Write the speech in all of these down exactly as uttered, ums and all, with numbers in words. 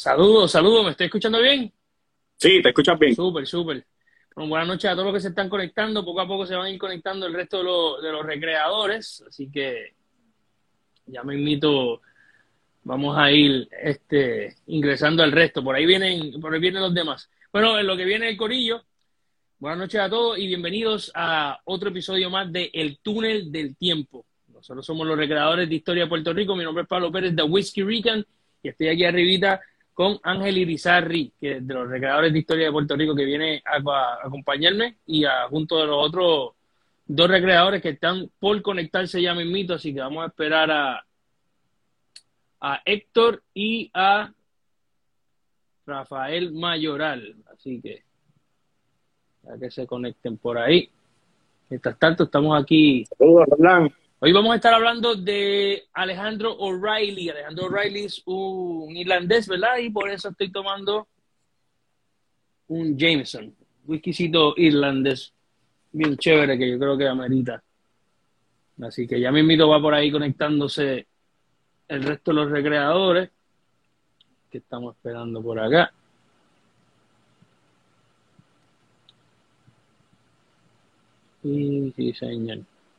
Saludos, saludos, ¿me estoy escuchando bien? Sí, te escuchas bien. Súper, súper. Bueno, buenas noches a todos los que se están conectando. Poco a poco se van a ir conectando el resto de, los, de los recreadores. Así que ya me invito, vamos a ir este, ingresando al resto. Por ahí vienen, por ahí vienen los demás. Bueno, en lo que viene el corillo, buenas noches a todos y bienvenidos a otro episodio más de El Túnel del Tiempo. Nosotros somos los recreadores de Historia de Puerto Rico. Mi nombre es Pablo Pérez de Whiskey Rican y estoy aquí arribita con Ángel Irizarry, que es de los recreadores de Historia de Puerto Rico, que viene a, a acompañarme y a, junto de los otros dos recreadores que están por conectarse ya mismito, así que vamos a esperar a, a Héctor y a Rafael Mayoral, así que a que se conecten por ahí. Mientras tanto, estamos aquí. Saludos, Roland. Hoy vamos a estar hablando de Alejandro O'Reilly. Alejandro O'Reilly es un irlandés, ¿verdad? Y por eso estoy tomando un Jameson, whiskycito irlandés, bien chévere, que yo creo que amerita. Así que ya me invito, va por ahí conectándose el resto de los recreadores que estamos esperando por acá. Y sí, señor.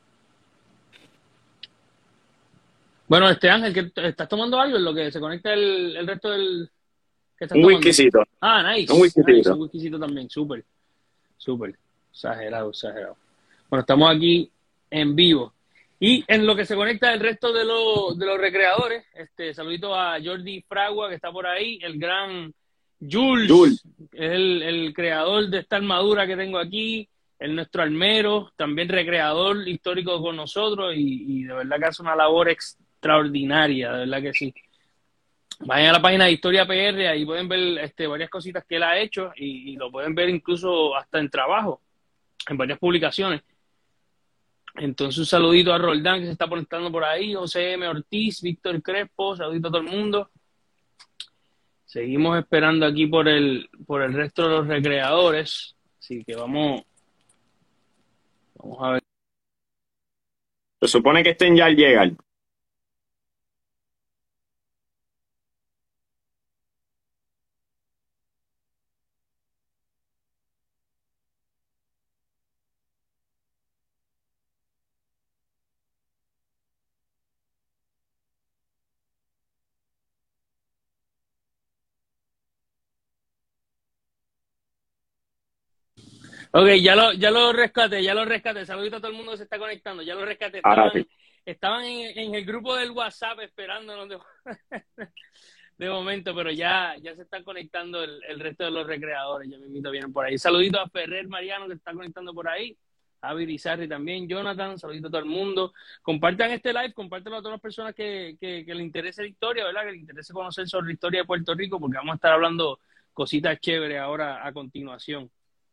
Bueno, este Ángel, que ¿estás tomando algo en lo que se conecta el, el resto del que estás Un tomando? whiskycito. Ah, nice. Un whiskycito. Nice, un whiskycito también, súper, súper. Exagerado, exagerado. Bueno, estamos aquí en vivo. Y en lo que se conecta el resto de, los de los recreadores, este, saludito a Jordi Fragua, que está por ahí, el gran Jules, Jules. es el, el creador de esta armadura que tengo aquí, el nuestro almero, también recreador histórico con nosotros, y, y de verdad que hace una labor extraordinaria, de verdad que sí. Vayan a la página de Historia P R, ahí pueden ver este, varias cositas que él ha hecho, y, y lo pueden ver incluso hasta en trabajo, en varias publicaciones. Entonces un saludito a Roldán, que se está conectando por ahí, José M. Ortiz, Víctor Crespo, saludito a todo el mundo. Seguimos esperando aquí por el, por el resto de los recreadores, así que vamos, vamos a ver. Se supone que estén ya al llegar. Ok, ya lo, ya lo rescaté, ya lo rescaté. Saludito a todo el mundo que se está conectando, ya lo rescaté. Ahora Estaban, sí. estaban en, en el grupo del WhatsApp esperándonos de, de momento, pero ya, ya se están conectando el, el resto de los recreadores. Ya mismito vienen por ahí. Saludito a Ferrer Mariano, que se está conectando por ahí. A Irizarry también, Jonathan, saludito a todo el mundo. Compartan este live, compártelo a todas las personas que, que, que les interese la historia, ¿verdad? Que les interese conocer sobre la historia de Puerto Rico, porque vamos a estar hablando cositas chéveres ahora a continuación.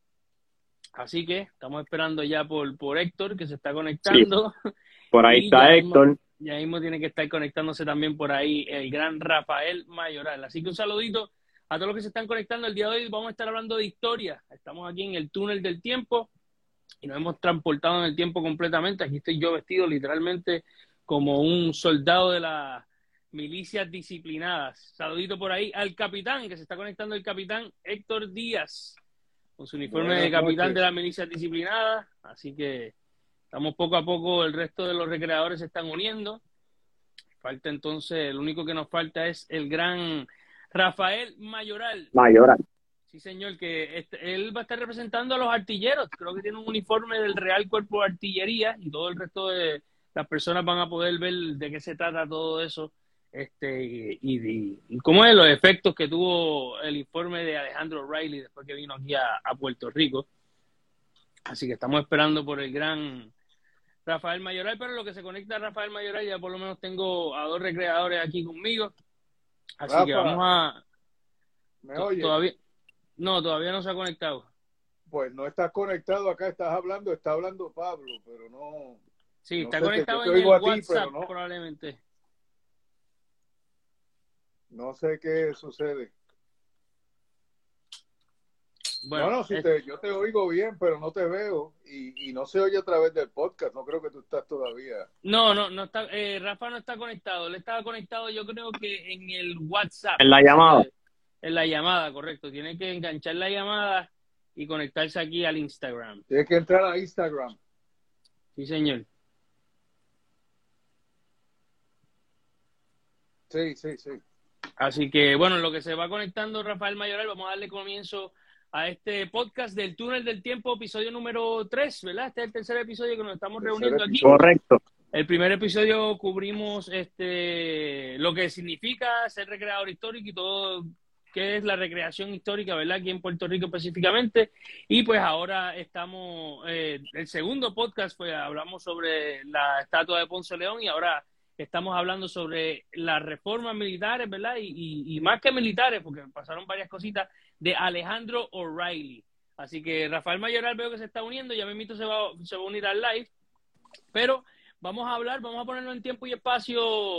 Así que estamos esperando ya por, por Héctor, que se está conectando. Sí. Por ahí y está ya Héctor. Mismo, ya mismo tiene que estar conectándose también por ahí el gran Rafael Mayoral. Así que un saludito a todos los que se están conectando. El día de hoy vamos a estar hablando de historia. Estamos aquí en el túnel del tiempo y nos hemos transportado en el tiempo completamente. Aquí estoy yo vestido literalmente como un soldado de las milicias disciplinadas. Saludito por ahí al capitán, que se está conectando el capitán Héctor Díaz, con su uniforme Buenas de capitán noches. de las milicias disciplinadas. Así que estamos poco a poco, el resto de los recreadores se están uniendo. Falta entonces, el único que nos falta es el gran Rafael Mayoral. Mayoral. Sí, señor, que este, él va a estar representando a los artilleros. Creo que tiene un uniforme del Real Cuerpo de Artillería y todo el resto de las personas van a poder ver de qué se trata todo eso. Este, y, y, y cómo es los efectos que tuvo el informe de Alejandro O'Reilly después que vino aquí a, a Puerto Rico. Así que estamos esperando por el gran Rafael Mayoral, pero lo que se conecta a Rafael Mayoral, ya por lo menos tengo a dos recreadores aquí conmigo. Así Rafa, que vamos a... ¿me to, oyes? todavía No, todavía no se ha conectado. Pues no estás conectado acá, estás hablando, está hablando Pablo, pero no... Sí, no está sé, conectado te, en yo te el oigo a ti, WhatsApp, pero no, probablemente. no sé qué sucede. Bueno, no, no, sí es, te, yo te oigo bien, pero no te veo y, y no se oye a través del podcast. No creo que tú estás todavía. no, no, no está. Eh, Rafa no está conectado. Él estaba conectado, yo creo que en el WhatsApp. En la llamada. en la llamada, correcto. Tiene que enganchar la llamada y conectarse aquí al Instagram. Tienes que entrar a Instagram. Sí, señor. Sí, sí, sí. Así que, bueno, en lo que se va conectando Rafael Mayoral, vamos a darle comienzo a este podcast del Túnel del Tiempo, episodio número tres, ¿verdad? Este es el tercer episodio que nos estamos Tercer reuniendo aquí. episodio. Correcto. El primer episodio cubrimos este lo que significa ser recreador histórico y todo qué es la recreación histórica, ¿verdad? Aquí en Puerto Rico específicamente. Y pues ahora estamos, eh, el segundo podcast, pues hablamos sobre la estatua de Ponce León y ahora estamos hablando sobre las reformas militares, ¿verdad? Y, y, y más que militares, porque pasaron varias cositas, de Alejandro O'Reilly. Así que Rafael Mayoral veo que se está uniendo, ya mismito se va, se va a unir al live, pero vamos a hablar, vamos a ponerlo en tiempo y espacio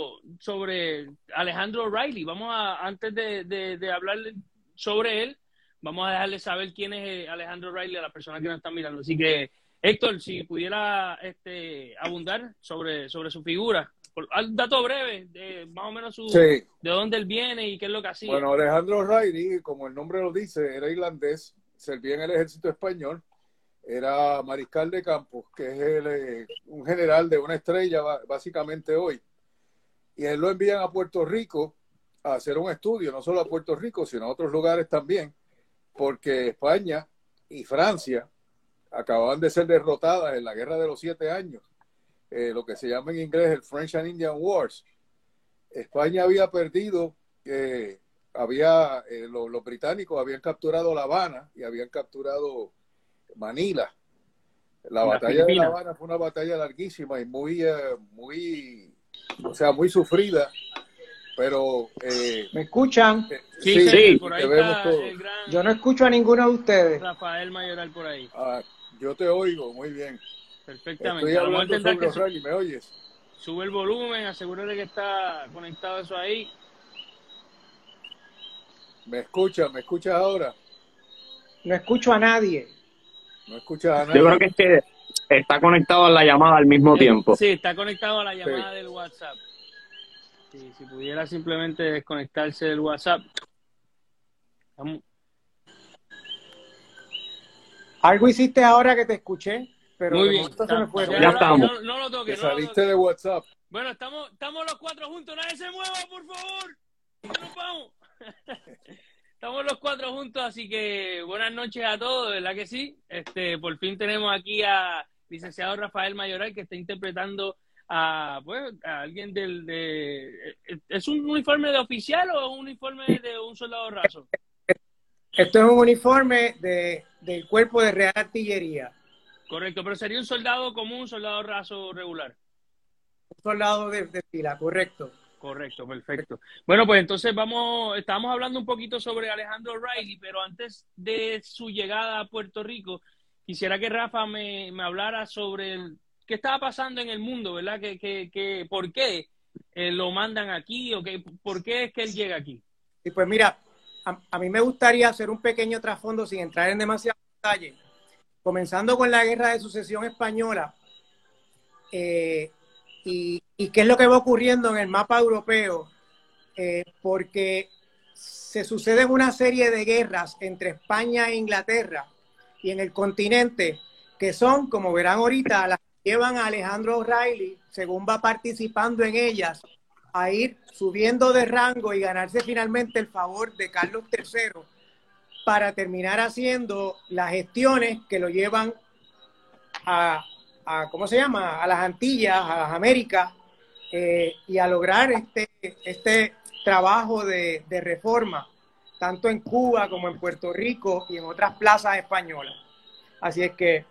sobre Alejandro O'Reilly. Vamos a, antes de, de, de hablar sobre él, vamos a dejarle saber quién es Alejandro O'Reilly a las personas que nos están mirando. Así que, Héctor, si pudiera este, abundar sobre, sobre su figura. Un dato breve, de más o menos su, Sí. de dónde él viene y qué es lo que hacía. Bueno, Alejandro O'Reilly, como el nombre lo dice, era irlandés, servía en el ejército español, era mariscal de campo, que es el, eh, un general de una estrella básicamente hoy. Y él lo envían a Puerto Rico a hacer un estudio, no solo a Puerto Rico, sino a otros lugares también, porque España y Francia acababan de ser derrotadas en la Guerra de los Siete Años, eh, lo que se llama en inglés el French and Indian Wars. España había perdido, eh, había, eh, los, los británicos habían capturado La Habana y habían capturado Manila. La, la batalla Filipina. de La Habana fue una batalla larguísima y muy, eh, muy, o sea, muy sufrida, pero... Eh, ¿Me escuchan? Eh, sí, sí, sí, por ahí está el gran Yo no escucho a ninguno de ustedes. Rafael Mayoral por ahí. Ah, yo te oigo, muy bien. Perfectamente. Estoy A lo mejor hablando tendrás sobre que su- O'Reilly, ¿me oyes? sube el volumen, asegúrate que está conectado eso ahí. ¿Me escuchas? ¿Me escuchas ahora? No escucho a nadie. ¿No escuchas a nadie? Yo creo que es que está conectado a la llamada al mismo Eh, tiempo. Sí, está conectado a la llamada Sí. del WhatsApp. Sí, si pudiera simplemente desconectarse del WhatsApp. Vamos. Algo hiciste ahora que te escuché, pero Muy de bien. momento se me fue. Ya Ya ahora- estamos. No, no lo toque, Que no lo saliste toque. de WhatsApp. Bueno, estamos, estamos los cuatro juntos. Nadie se mueva, por favor. Que nos vamos. Estamos los cuatro juntos, así que buenas noches a todos, ¿verdad que sí? Este, por fin tenemos aquí a licenciado Rafael Mayoral que está interpretando a, pues, a alguien del de ¿es un uniforme de oficial o un uniforme de un soldado raso? Esto es un uniforme de, del Cuerpo de Real Artillería. Correcto, pero sería un soldado común, un soldado raso regular. Un soldado de, de fila, correcto. Correcto, perfecto. Bueno, pues entonces vamos, estábamos hablando un poquito sobre Alejandro O'Reilly, pero antes de su llegada a Puerto Rico, quisiera que Rafa me, me hablara sobre el, qué estaba pasando en el mundo, ¿verdad? Que, que, que, ¿Por qué eh, lo mandan aquí o que, por qué es que él llega aquí? Y pues mira, a, a mí me gustaría hacer un pequeño trasfondo sin entrar en demasiados detalles. Comenzando con la Guerra de Sucesión Española, eh, y, y qué es lo que va ocurriendo en el mapa europeo, eh, porque se suceden una serie de guerras entre España e Inglaterra y en el continente, que son, como verán ahorita, las que llevan a Alejandro O'Reilly, según va participando en ellas, a ir subiendo de rango y ganarse finalmente el favor de Carlos tercero para terminar haciendo las gestiones que lo llevan a, a ¿cómo se llama? A las Antillas, a las Américas, eh, y a lograr este, este trabajo de, de reforma, tanto en Cuba como en Puerto Rico y en otras plazas españolas. Así es que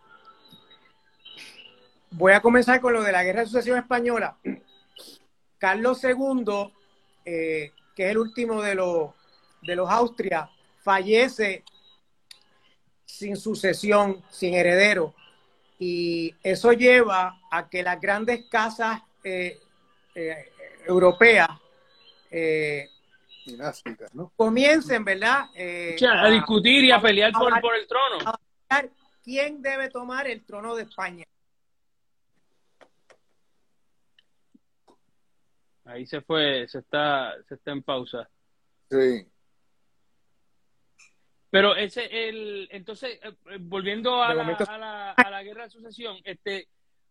voy a comenzar con lo de la Guerra de Sucesión Española. Carlos segundo, eh, que es el último de los, de los Austria, fallece sin sucesión, sin heredero. Y eso lleva a que las grandes casas eh, eh, europeas eh, Dinásticas, ¿no? comiencen, ¿verdad? Eh, O sea, a discutir y a pelear a- por, a- por el trono. a buscar quién debe tomar el trono de España. Ahí se fue, se está, se está en pausa. Sí. Pero ese, el, entonces, eh, volviendo a De la, momento, a, la, a la guerra de sucesión, este,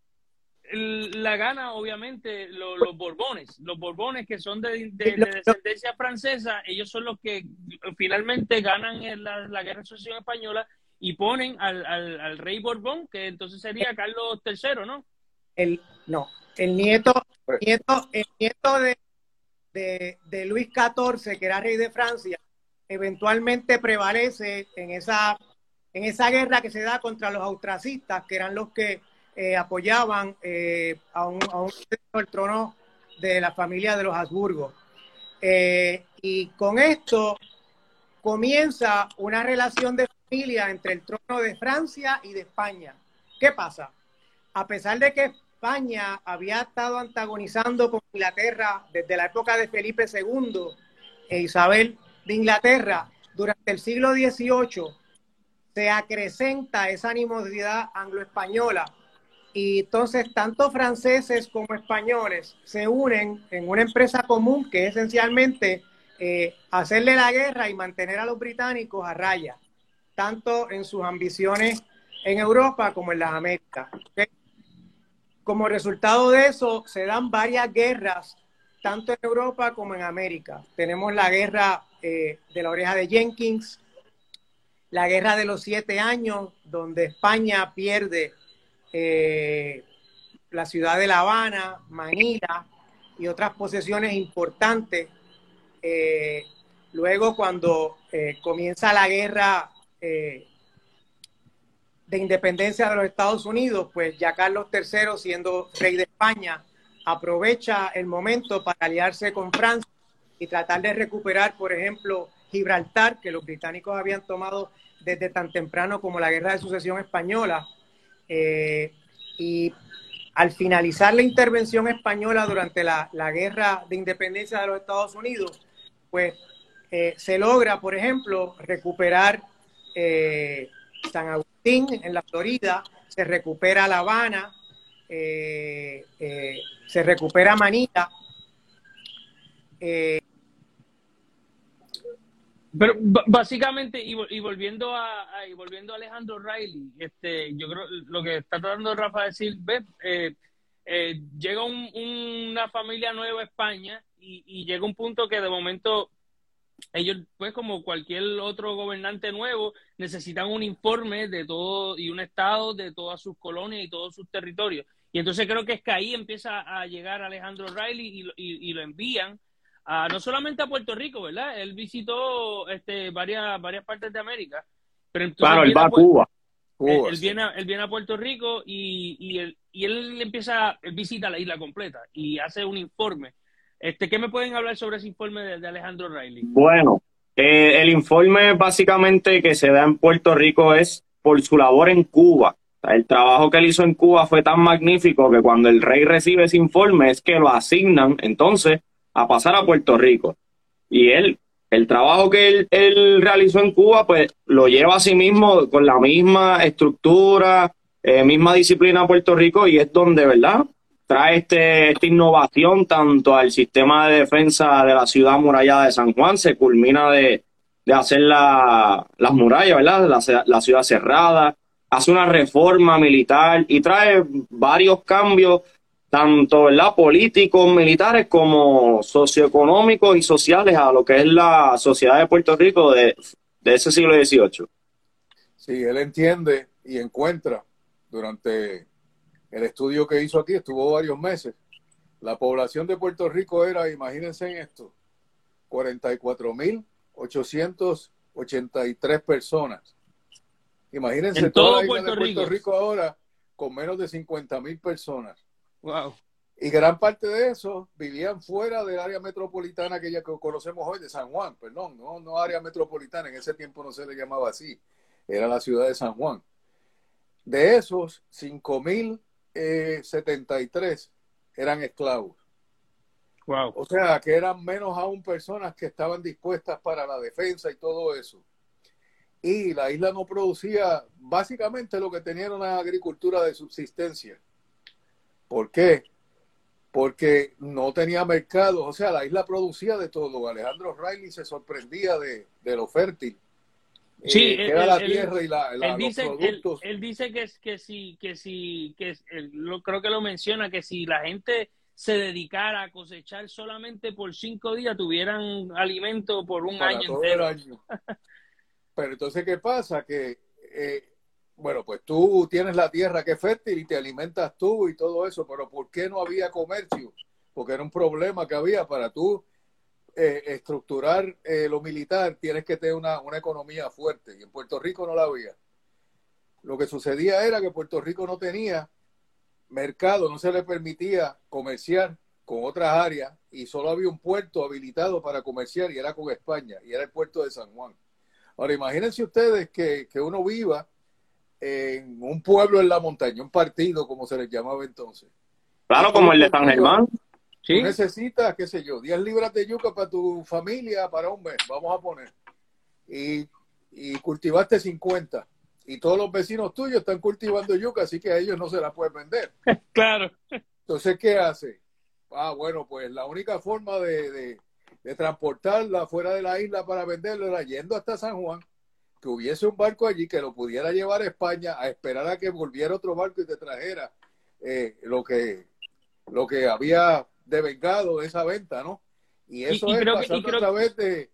el- la gana obviamente lo- los Borbones, los Borbones que son de, de- lo- de lo- descendencia francesa, ellos son los que finalmente ganan en la, la guerra de sucesión española y ponen al, al, al rey Borbón, que entonces sería Carlos tercero, ¿no? el, no, el nieto, Pues, nieto, el nieto de, de, de Luis catorce, que era rey de Francia, eventualmente prevalece en esa, en esa guerra que se da contra los austracistas, que eran los que eh, apoyaban eh, a un, a un el trono de la familia de los Habsburgo. Eh, y con esto comienza una relación de familia entre el trono de Francia y de España. ¿Qué pasa? A pesar de que España había estado antagonizando con Inglaterra desde la época de Felipe segundo e Isabel de Inglaterra, durante el siglo dieciocho se acrecenta esa animosidad anglo-española y entonces tanto franceses como españoles se unen en una empresa común que es esencialmente eh, hacerle la guerra y mantener a los británicos a raya, tanto en sus ambiciones en Europa como en las Américas. ¿Okay? Como resultado de eso, se dan varias guerras, tanto en Europa como en América. Tenemos la guerra eh, de la oreja de Jenkins, la guerra de los siete años, donde España pierde eh, la ciudad de La Habana, Manila y otras posesiones importantes. Eh, luego, cuando eh, comienza la guerra eh, de independencia de los Estados Unidos, pues ya Carlos tercero, siendo rey de España, aprovecha el momento para aliarse con Francia y tratar de recuperar, por ejemplo, Gibraltar, que los británicos habían tomado desde tan temprano como la Guerra de Sucesión Española. Eh, y al finalizar la intervención española durante la, la Guerra de Independencia de los Estados Unidos, pues eh, se logra, por ejemplo, recuperar eh, San Agustín en la Florida, se recupera La Habana, eh, eh, se recupera Manila. Eh, Pero básicamente, y, y volviendo a, a, y volviendo a Alejandro Reilly, este, yo creo lo que está tratando Rafa de decir, ¿ves? Eh, eh, llega un, una familia nueva a España y, y llega un punto que de momento ellos, pues como cualquier otro gobernante nuevo, necesitan un informe de todo y un estado de todas sus colonias y todos sus territorios. Y entonces creo que es que ahí empieza a llegar Alejandro Reilly y, y, y lo envían a, no solamente a Puerto Rico, ¿verdad? Él visitó este, varias, varias partes de América, pero entonces Claro, él viene va a, a Cuba. él, Cuba, él, sí. viene a, él viene a Puerto Rico y, y, él, y él empieza, él visita la isla completa y hace un informe. Este, ¿qué me pueden hablar sobre ese informe de, de Alejandro Reilly? Bueno, eh, el informe básicamente que se da en Puerto Rico es por su labor en Cuba. O sea, el trabajo que él hizo en Cuba fue tan magnífico que cuando el rey recibe ese informe es que lo asignan entonces a pasar a Puerto Rico. Y él, el trabajo que él, él realizó en Cuba, pues lo lleva a sí mismo con la misma estructura, eh, misma disciplina a Puerto Rico y es donde, ¿verdad?, trae este, esta innovación tanto al sistema de defensa de la ciudad amurallada de San Juan, se culmina de, de hacer la, las murallas, ¿verdad?, la, la ciudad cerrada, hace una reforma militar y trae varios cambios, tanto, ¿verdad?, políticos, militares, como socioeconómicos y sociales a lo que es la sociedad de Puerto Rico de, de ese siglo dieciocho. Sí, él entiende y encuentra durante el estudio que hizo aquí, estuvo varios meses. La población de Puerto Rico era, imagínense en esto, cuarenta y cuatro mil ochocientas ochenta y tres personas. Imagínense En toda todo la isla Puerto de Puerto Rico. Rico ahora con menos de cincuenta mil personas. Wow. Y gran parte de eso vivían fuera del área metropolitana que ya conocemos hoy, de San Juan, perdón, no, no área metropolitana, en ese tiempo no se le llamaba así, era la ciudad de San Juan. De esos, cinco mil setenta y tres eran esclavos. Wow. O sea, que eran menos aún personas que estaban dispuestas para la defensa y todo eso. Y la isla no producía, básicamente lo que tenía era una agricultura de subsistencia. ¿Por qué? Porque no tenía mercados. O sea, la isla producía de todo. Alejandro Reilly se sorprendía de, de lo fértil Sí, eh, él, queda él- la él- tierra y la, la- él los dice, él, productos él dice que, es- que si, que si, que es- él lo- creo que lo menciona, que si la gente se dedicara a cosechar solamente por cinco días, tuvieran alimento por un para año todo el entero. año. Pero entonces, ¿qué pasa? Que, eh, bueno, pues tú tienes la tierra que es fértil y te alimentas tú y todo eso, pero ¿por qué no había comercio? Porque era un problema que había para tú eh, estructurar eh, lo militar, tienes que tener una, una economía fuerte y en Puerto Rico no la había. Lo que sucedía era que Puerto Rico no tenía mercado, no se le permitía comerciar con otras áreas y solo había un puerto habilitado para comerciar y era con España y era el puerto de San Juan. Ahora imagínense ustedes que, que uno viva en un pueblo en la montaña, un partido como se les llamaba entonces. Claro, Y como todos el de los San días Germán. tú ¿Sí? necesitas, qué sé yo, diez libras de yuca para tu familia para un mes, vamos a poner. Y, y cultivaste cincuenta. Y todos los vecinos tuyos están cultivando yuca, así que a ellos no se la pueden vender. Claro. Entonces, ¿qué hace? Ah, bueno, pues la única forma de, de, de transportarla fuera de la isla para venderla era yendo hasta San Juan, que hubiese un barco allí que lo pudiera llevar a España a esperar a que volviera otro barco y te trajera eh, lo que lo que había devengado de esa venta, ¿no? Y eso Y, y es creo que, y pasando creo a través de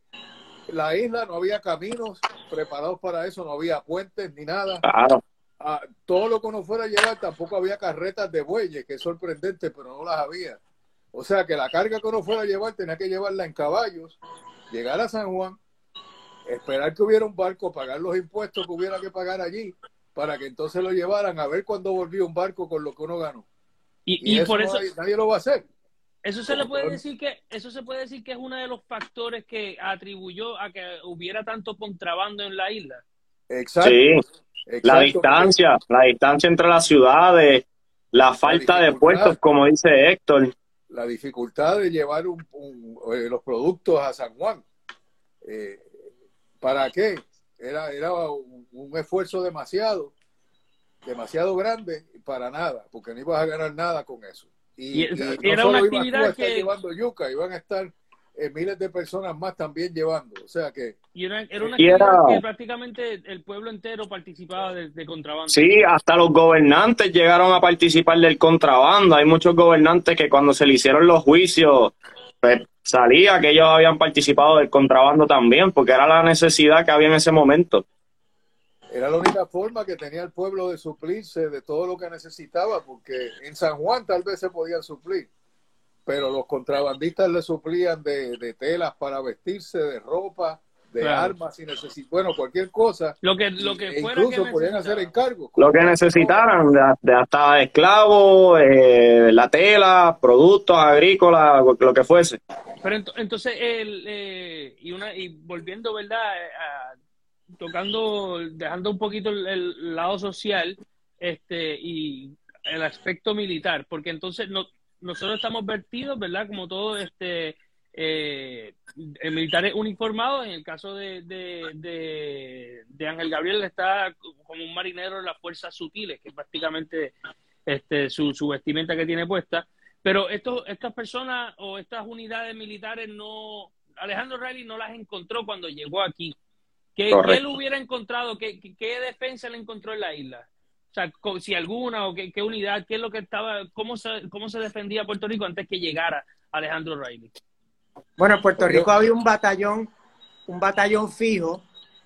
la isla, no había caminos preparados para eso, no había puentes ni nada. Claro. Ah, todo lo que uno fuera a llevar, tampoco había carretas de bueyes, que es sorprendente, pero no las había. O sea que la carga que uno fuera a llevar tenía que llevarla en caballos, llegar a San Juan, esperar que hubiera un barco, pagar los impuestos que hubiera que pagar allí, para que entonces lo llevaran a ver cuándo volvía un barco con lo que uno ganó. y, Y y eso, por no eso, hay- nadie lo va a hacer. eso se le Como puede todo- decir que, eso se puede decir que es uno de los factores que atribuyó a que hubiera tanto contrabando en la isla. Exacto, Sí, la exacto. porque distancia, la distancia entre las ciudades, la La falta de dificultad, puertos, como dice Héctor. la dificultad de llevar un, un, eh, los productos a San Juan. Eh, ¿Para qué? Era, era un, un esfuerzo demasiado, demasiado grande para nada, porque no ibas a ganar nada con eso. Y Y, esa- y no era una solo ibas tú a actividad estar que, llevando yuca, iban a estar eh, miles de personas más también llevando. O sea que y era, era una Y actividad era, que prácticamente el pueblo entero participaba de, de contrabando. sí, hasta los gobernantes llegaron a participar del contrabando. Hay muchos gobernantes que cuando se le hicieron los juicios, pues salía que ellos habían participado del contrabando también, porque era la necesidad que había en ese momento. era la única forma que tenía el pueblo de suplirse de todo lo que necesitaba, porque en San Juan tal vez se podían suplir, pero los contrabandistas le suplían de, de telas para vestirse, de ropa, de Claro. armas, si necesitan, bueno, cualquier cosa. Lo que, lo que E fuera incluso que podían hacer necesitaba. encargos. como Lo que hacen ahora. necesitaran, de, de hasta esclavos, eh, la tela, productos agrícolas, lo que fuese. Pero ent- entonces, el, eh, y, una, y volviendo, ¿verdad? Eh, a- tocando, dejando un poquito el, el lado social este y el aspecto militar, porque entonces no, nosotros estamos vertidos, ¿verdad? Como todos este, eh, eh, militares uniformados. En el caso de, de, de, de Ángel Gabriel está como un marinero en las fuerzas sutiles, que es prácticamente este, su, su vestimenta que tiene puesta. Pero estos, estas personas o estas unidades militares no, Alejandro Reilly no las encontró cuando llegó aquí. ¿Qué, ¿Qué él hubiera encontrado? ¿Qué, qué, qué defensa le encontró en la isla? O sea, si alguna o qué, qué unidad, qué es lo que estaba, cómo se, cómo se defendía Puerto Rico antes que llegara Alejandro Reilly. Bueno, en Puerto Rico había un batallón, un batallón fijo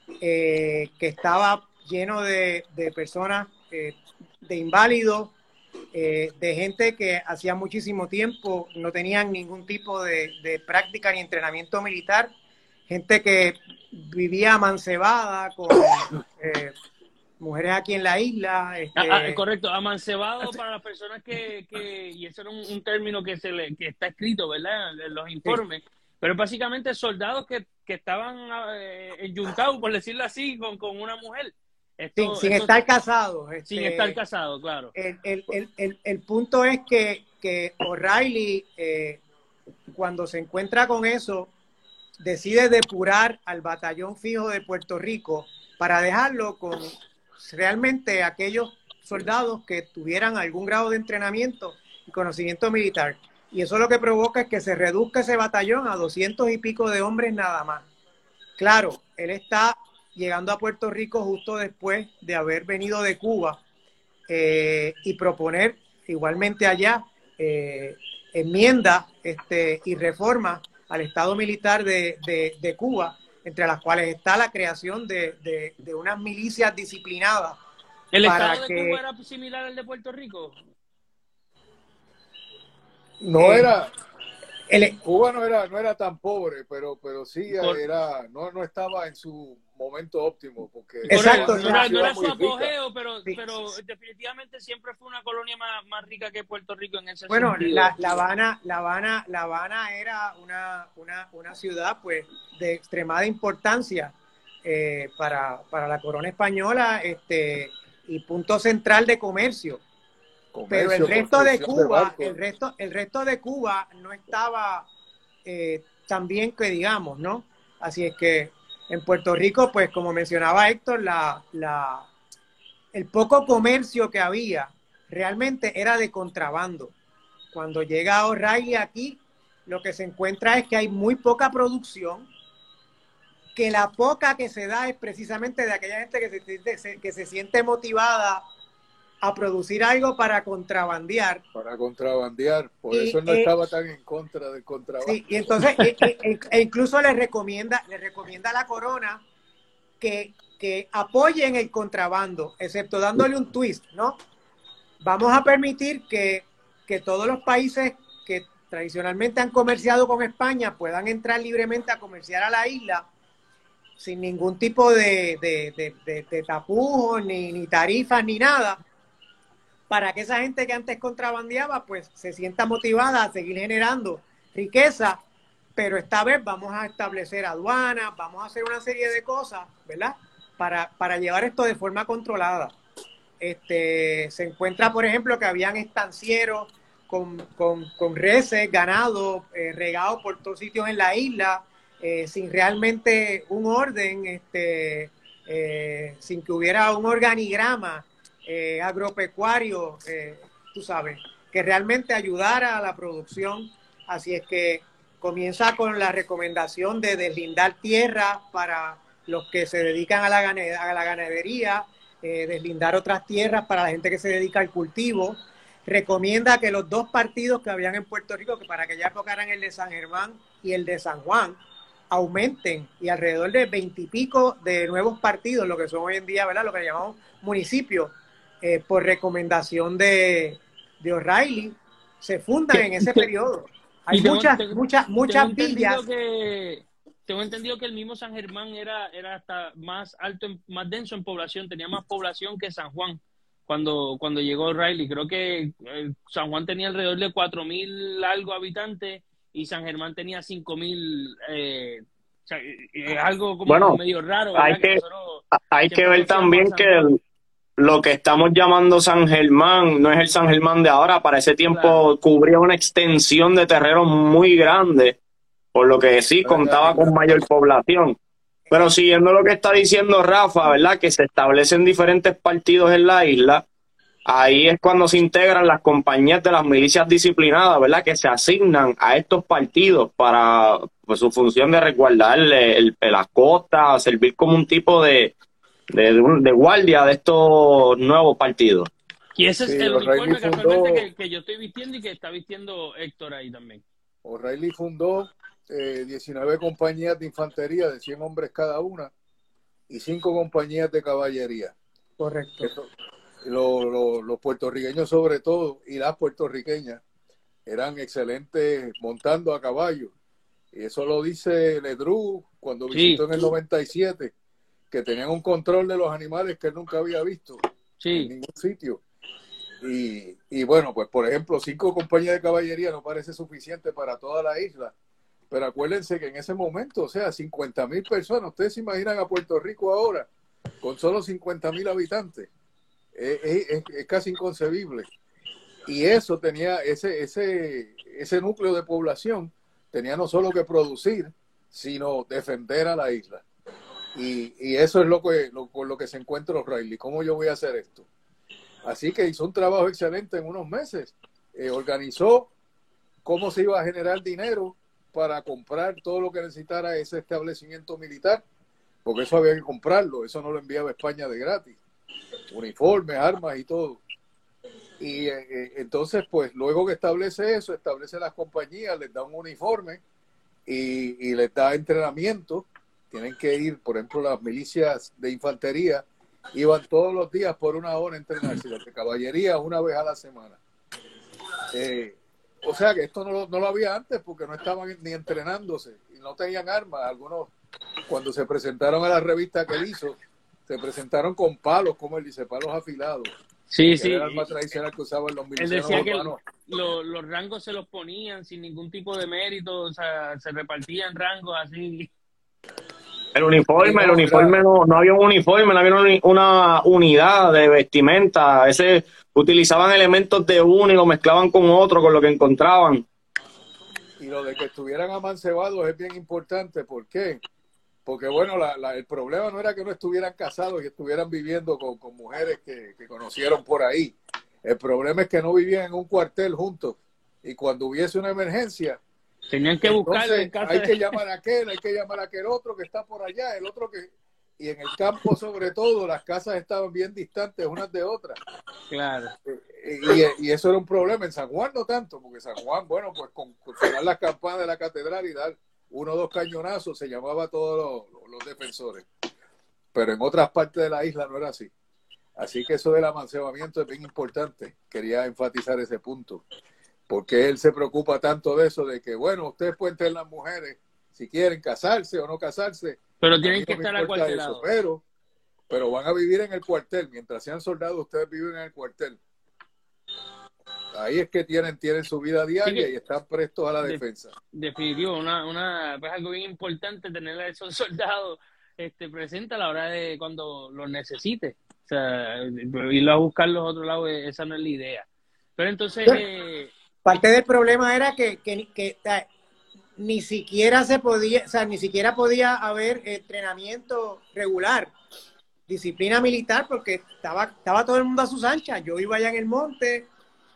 eh, que estaba lleno de, de personas, eh, de inválidos, eh, de gente que hacía muchísimo tiempo no tenían ningún tipo de, de práctica ni entrenamiento militar, gente que vivía amancebada con eh, mujeres aquí en la isla. Este... Ah, ah, correcto, amancebado para las personas que, que y ese era un, un término que se le, que está escrito, ¿verdad? En los informes, sí. Pero básicamente soldados que, que estaban eh, enyuntados, por decirlo así, con, con una mujer. Esto, sin, sin esto, estar casados. Este, sin estar casados, claro. El, el, el, el, el punto es que, que O'Reilly, eh, cuando se encuentra con eso, decide depurar al batallón fijo de Puerto Rico para dejarlo con realmente aquellos soldados que tuvieran algún grado de entrenamiento y conocimiento militar. Y eso lo que provoca es que se reduzca ese batallón a doscientos y pico de hombres nada más. Claro, él está llegando a Puerto Rico justo después de haber venido de Cuba eh, y proponer igualmente allá eh, enmiendas este, y reformas al Estado militar de, de, de Cuba, entre las cuales está la creación de, de, de unas milicias disciplinadas. ¿El para Estado de que, Cuba era similar al de Puerto Rico? No eh, era... el, Cuba no era, no era tan pobre, pero, pero sí Por- era, no, no estaba en su momento óptimo, porque Exacto, era no una era, no ciudad era su muy rica. apogeo, pero, Sí. pero definitivamente siempre fue una colonia más, más rica que Puerto Rico en ese Bueno, sentido. la, la Habana, La Habana, La Habana era una, una, una ciudad pues de extremada importancia eh, para, para la corona española, este, y punto central de comercio. Pero el Comercio, resto de construcción de Cuba, barcos. el resto, el resto de Cuba no estaba eh, tan bien que digamos, ¿no? Así es que en Puerto Rico, pues como mencionaba Héctor, la, la, el poco comercio que había realmente era de contrabando. Cuando llega O'Reilly aquí, lo que se encuentra es que hay muy poca producción, que la poca que se da es precisamente de aquella gente que se, que se siente motivada a producir algo para contrabandear. Para contrabandear, por Y, eso él no eh, estaba tan en contra del contrabando. Sí, y entonces, e, e, e incluso le recomienda, le recomienda a la corona que, que apoyen el contrabando, excepto dándole un twist, ¿no? Vamos a permitir que, que todos los países que tradicionalmente han comerciado con España puedan entrar libremente a comerciar a la isla sin ningún tipo de, de, de, de, de tapujos, ni, ni tarifas, ni nada, para que esa gente que antes contrabandeaba pues se sienta motivada a seguir generando riqueza, pero esta vez vamos a establecer aduanas, vamos a hacer una serie de cosas, ¿verdad? Para, para llevar esto de forma controlada. Este, se encuentra, por ejemplo, que habían estancieros con, con, con reses, ganado, eh, regado por todos sitios en la isla, eh, sin realmente un orden, este, eh, sin que hubiera un organigrama eh, agropecuario, eh, tú sabes, que realmente ayudara a la producción. Así es que comienza con la recomendación de deslindar tierra para los que se dedican a la, ganad a la ganadería, eh, deslindar otras tierras para la gente que se dedica al cultivo. Recomienda que los dos partidos que habían en Puerto Rico, que para aquella época eran el de San Germán y el de San Juan, aumenten, y alrededor de veintipico de nuevos partidos, lo que son hoy en día, ¿verdad?, lo que llamamos municipios, eh, por recomendación de, de O'Reilly, se fundan en ese periodo. Hay tengo, muchas, tengo, muchas, muchas tengo villas. Que, tengo entendido que el mismo San Germán era, era hasta más alto, más denso en población, tenía más población que San Juan cuando, cuando llegó O'Reilly. Creo que eh, San Juan tenía alrededor de cuatro mil algo habitantes y San Germán tenía cinco mil. Eh, o sea, es algo como bueno, medio raro, ¿verdad? Hay que, que nosotros hay que ver también San que el, lo que estamos llamando San Germán no es el San Germán de ahora. Para ese tiempo Claro. cubría una extensión de terreno muy grande, por lo que sí contaba con mayor población. Pero siguiendo lo que está diciendo Rafa, ¿verdad?, que se establecen diferentes partidos en la isla, ahí es cuando se integran las compañías de las milicias disciplinadas, ¿verdad?, que se asignan a estos partidos para pues, su función de resguardar el, el, las costas, servir como un tipo de, de, de, de guardia de estos nuevos partidos. Y ese Sí, es el O'Reilly uniforme fundó, casualmente que, que yo estoy vistiendo y que está vistiendo Héctor ahí también. O'Reilly fundó eh, diecinueve compañías de infantería de cien hombres cada una y cinco compañías de caballería. Correcto. Esto, lo, lo, los puertorriqueños sobre todo y las puertorriqueñas eran excelentes montando a caballo. Y eso lo dice Ledru cuando visitó sí. en el noventa y siete, que tenían un control de los animales que él nunca había visto sí. en ningún sitio. Y, y bueno, pues por ejemplo, cinco compañías de caballería no parece suficiente para toda la isla. Pero acuérdense que en ese momento, o sea, cincuenta mil personas, ustedes se imaginan a Puerto Rico ahora con solo cincuenta mil habitantes. Es, es, es casi inconcebible. Y eso tenía, ese, ese, ese núcleo de población tenía no solo que producir, sino defender a la isla. Y, y eso es lo que, lo, con lo que se encuentra O'Reilly. ¿Cómo yo voy a hacer esto? Así que hizo un trabajo excelente en unos meses. Eh, organizó cómo se iba a generar dinero para comprar todo lo que necesitara ese establecimiento militar. porque eso había que comprarlo, eso no lo enviaba España de gratis, uniformes, armas y todo. Y eh, entonces, pues, luego que establece eso, establece las compañías, les da un uniforme y, y les da entrenamiento. Tienen que ir, por ejemplo, las milicias de infantería iban todos los días por una hora a entrenarse, las de caballería una vez a la semana. Eh, o sea que esto no lo, no lo había antes porque no estaban ni entrenándose y no tenían armas. Algunos, cuando se presentaron a la revista que él hizo, se presentaron con palos, como él dice, palos afilados. Sí, sí. Era el arma tradicional que usaban los milicianos. Él decía que urbanos. lo, los rangos se los ponían sin ningún tipo de mérito, o sea, se repartían rangos así. El uniforme, el uniforme no, no había un uniforme, no había una, una unidad de vestimenta. A veces utilizaban elementos de uno y lo mezclaban con otro, con lo que encontraban. Y lo de que estuvieran amancebados es bien importante. ¿Por qué? Porque, bueno, la, la, el problema no era que no estuvieran casados y estuvieran viviendo con, con mujeres que, que conocieron por ahí. El problema es que no vivían en un cuartel juntos. Y cuando hubiese una emergencia, tenían que buscarlo en casa. Hay de... que llamar a aquel, hay que llamar a aquel otro que está por allá, el otro que... Y en el campo, sobre todo, las casas estaban bien distantes unas de otras. Claro. Y, y eso era un problema. En San Juan no tanto, porque San Juan, bueno, pues con, con sonar las campanas de la catedral y dar uno o dos cañonazos, se llamaba a todos los, los defensores. Pero en otras partes de la isla no era así. Así que eso del amancebamiento es bien importante. Quería enfatizar ese punto. Porque él se preocupa tanto de eso, de que, bueno, ustedes pueden tener las mujeres, si quieren casarse o no casarse. Pero tienen no que estar acuartelados. Pero, pero van a vivir en el cuartel. Mientras sean soldados, ustedes viven en el cuartel. Ahí es que tienen, tienen su vida diaria sí, y están prestos a la de, defensa. Definitivo, una, una, pues algo bien importante tener a esos soldados este, presentes a la hora de cuando los necesite. O sea, irlo a buscar los otros lados, esa no es la idea. Pero entonces... Eh, parte del problema era que, que, que o sea, ni siquiera se podía, o sea, ni siquiera podía haber entrenamiento regular, disciplina militar, porque estaba, estaba todo el mundo a sus anchas. Yo iba allá en el monte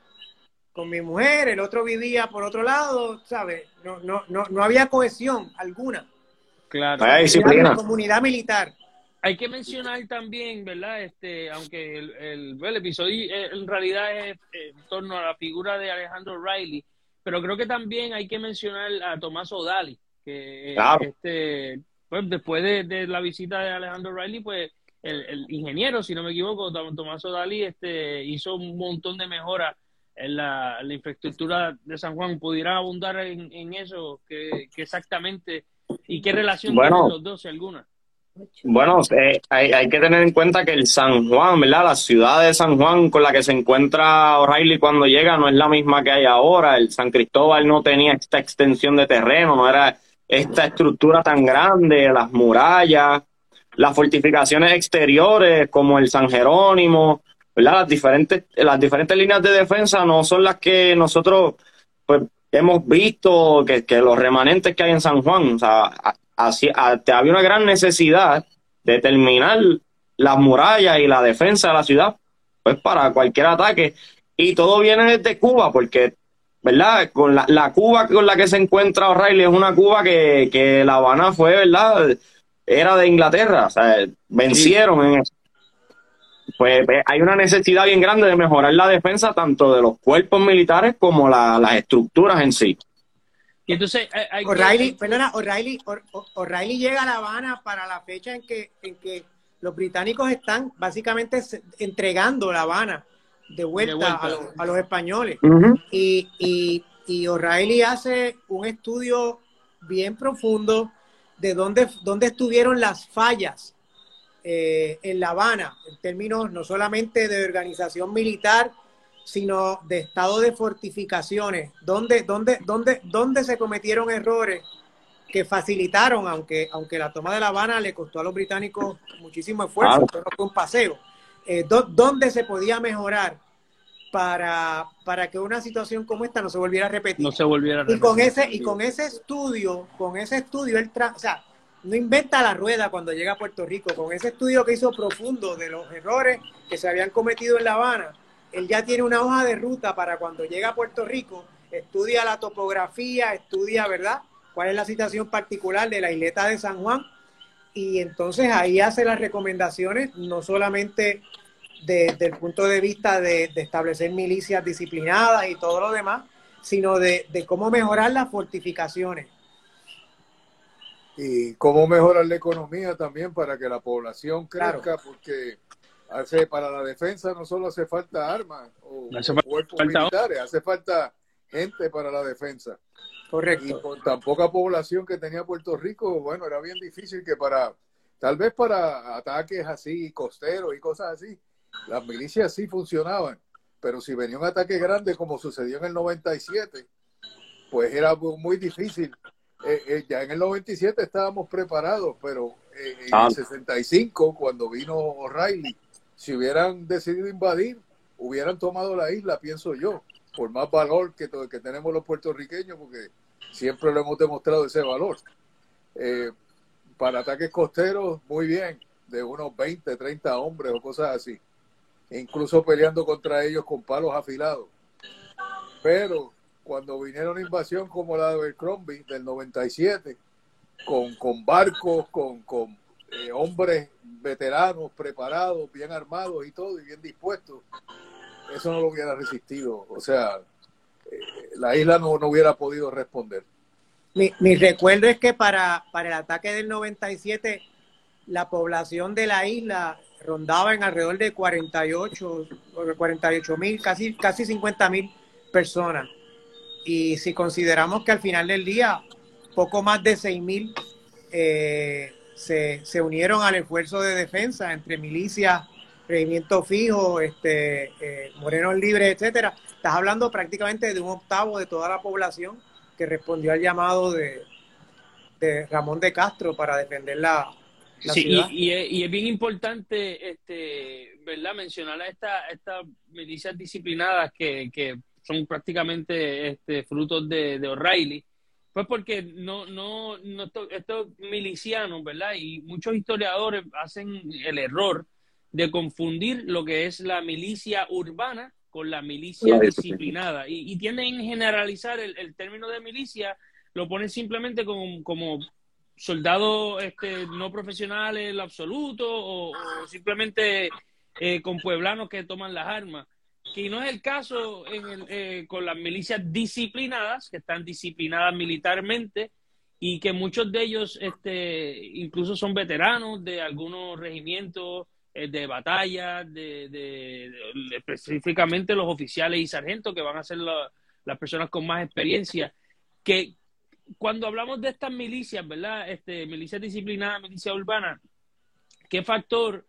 con mi mujer, el otro vivía por otro lado, ¿sabes? No, no, no, no había cohesión alguna. Claro. Hay disciplina. Comunidad militar. Hay que mencionar también, ¿verdad? Este, aunque el, el, el episodio en realidad es en torno a la figura de Alejandro Riley, pero creo que también hay que mencionar a Tomás O'Daly, que claro. este, pues después de, de la visita de Alejandro Riley, pues el, el ingeniero, si no me equivoco, Tomás O'Daly este, hizo un montón de mejoras en la, en la infraestructura de San Juan. ¿Pudiera abundar en, en eso? ¿Qué, qué exactamente? ¿Y qué relación bueno, tienen los dos, si alguna? Bueno, eh, hay, hay que tener en cuenta que el San Juan, ¿verdad? La ciudad de San Juan con la que se encuentra O'Reilly cuando llega no es la misma que hay ahora. El San Cristóbal no tenía esta extensión de terreno, no era esta estructura tan grande, las murallas, las fortificaciones exteriores como el San Jerónimo, ¿verdad? Las diferentes, las diferentes líneas de defensa no son las que nosotros pues, hemos visto que, que los remanentes que hay en San Juan. O sea, así, a, había una gran necesidad de terminar las murallas y la defensa de la ciudad pues para cualquier ataque. Y todo viene desde Cuba, porque, ¿verdad? Con la, la Cuba con la que se encuentra O'Reilly es una Cuba que, que La Habana fue, ¿verdad? Era de Inglaterra, o sea, vencieron sí. en eso. Pues hay una necesidad bien grande de mejorar la defensa tanto de los cuerpos militares como la, las estructuras en sí. Y entonces hay O'Reilly, que... perdona, O'Reilly, O'Reilly llega a La Habana para la fecha en que, en que los británicos están básicamente entregando La Habana de vuelta, de vuelta. A, los, a los españoles. Uh-huh. y, y, y O'Reilly hace un estudio bien profundo de dónde, dónde estuvieron las fallas Eh, en La Habana, en términos no solamente de organización militar, sino de estado de fortificaciones, donde, donde, donde, donde se cometieron errores que facilitaron, aunque, aunque la toma de La Habana le costó a los británicos muchísimo esfuerzo, ah. pero no fue un paseo, eh, do, donde se podía mejorar para, para que una situación como esta no se volviera a repetir. No se volviera a repetir. Y con ese, y con ese estudio, con ese estudio, él tra- o sea, no inventa la rueda cuando llega a Puerto Rico. Con ese estudio que hizo profundo de los errores que se habían cometido en La Habana, él ya tiene una hoja de ruta para cuando llega a Puerto Rico, estudia la topografía, estudia, ¿verdad?, cuál es la situación particular de la isleta de San Juan y entonces ahí hace las recomendaciones, no solamente desde el punto de vista de, de establecer milicias disciplinadas y todo lo demás, sino de, de cómo mejorar las fortificaciones. Y cómo mejorar la economía también para que la población crezca, claro. Porque hace, para la defensa no solo hace falta armas o, hace o cuerpos falta militares, hace falta gente para la defensa. Correcto. Y con tan poca población que tenía Puerto Rico, bueno, era bien difícil que para, tal vez para ataques así, costeros y cosas así, las milicias sí funcionaban, pero si venía un ataque grande como sucedió en el noventa y siete, pues era muy difícil. Eh, eh, ya en el noventa y siete estábamos preparados, pero eh, en ah. el sesenta y cinco, cuando vino O'Reilly, si hubieran decidido invadir, hubieran tomado la isla, pienso yo, por más valor que, que tenemos los puertorriqueños, porque siempre le hemos demostrado ese valor. Eh, para ataques costeros, muy bien, de unos veinte, treinta hombres o cosas así, incluso peleando contra ellos con palos afilados. Pero cuando vinieron una invasión como la de Abercrombie del noventa y siete, con, con barcos, con, con eh, hombres veteranos, preparados, bien armados y todo, y bien dispuestos, eso no lo hubiera resistido. O sea, eh, la isla no, no hubiera podido responder. Mi, mi recuerdo es que para, para el ataque del noventa y siete, la población de la isla rondaba en alrededor de cuarenta y ocho mil, casi, casi cincuenta mil personas. Y si consideramos que al final del día poco más de seis mil eh, se, se unieron al esfuerzo de defensa entre milicias, regimientos fijos, este, eh, morenos libres, etcétera, estás hablando prácticamente de un octavo de toda la población que respondió al llamado de, de Ramón de Castro para defender la, la sí, ciudad. Y, y, es, y es bien importante, este, ¿verdad?, mencionar a estas esta milicias disciplinadas que, que son prácticamente este, frutos de, de O'Reilly, pues porque no, no, no estos milicianos, ¿verdad?, y muchos historiadores hacen el error de confundir lo que es la milicia urbana con la milicia disciplinada, y, y tienden a generalizar el, el término de milicia, lo ponen simplemente como, como soldados este, no profesionales en lo absoluto, o, o simplemente eh, con pueblanos que toman las armas, que no es el caso en el, eh, con las milicias disciplinadas, que están disciplinadas militarmente, y que muchos de ellos este, incluso son veteranos de algunos regimientos eh, de batalla, de, de, de, específicamente los oficiales y sargentos, que van a ser la, las personas con más experiencia. Que cuando hablamos de estas milicias, ¿verdad?, este, milicias disciplinadas, milicias urbanas, ¿qué factor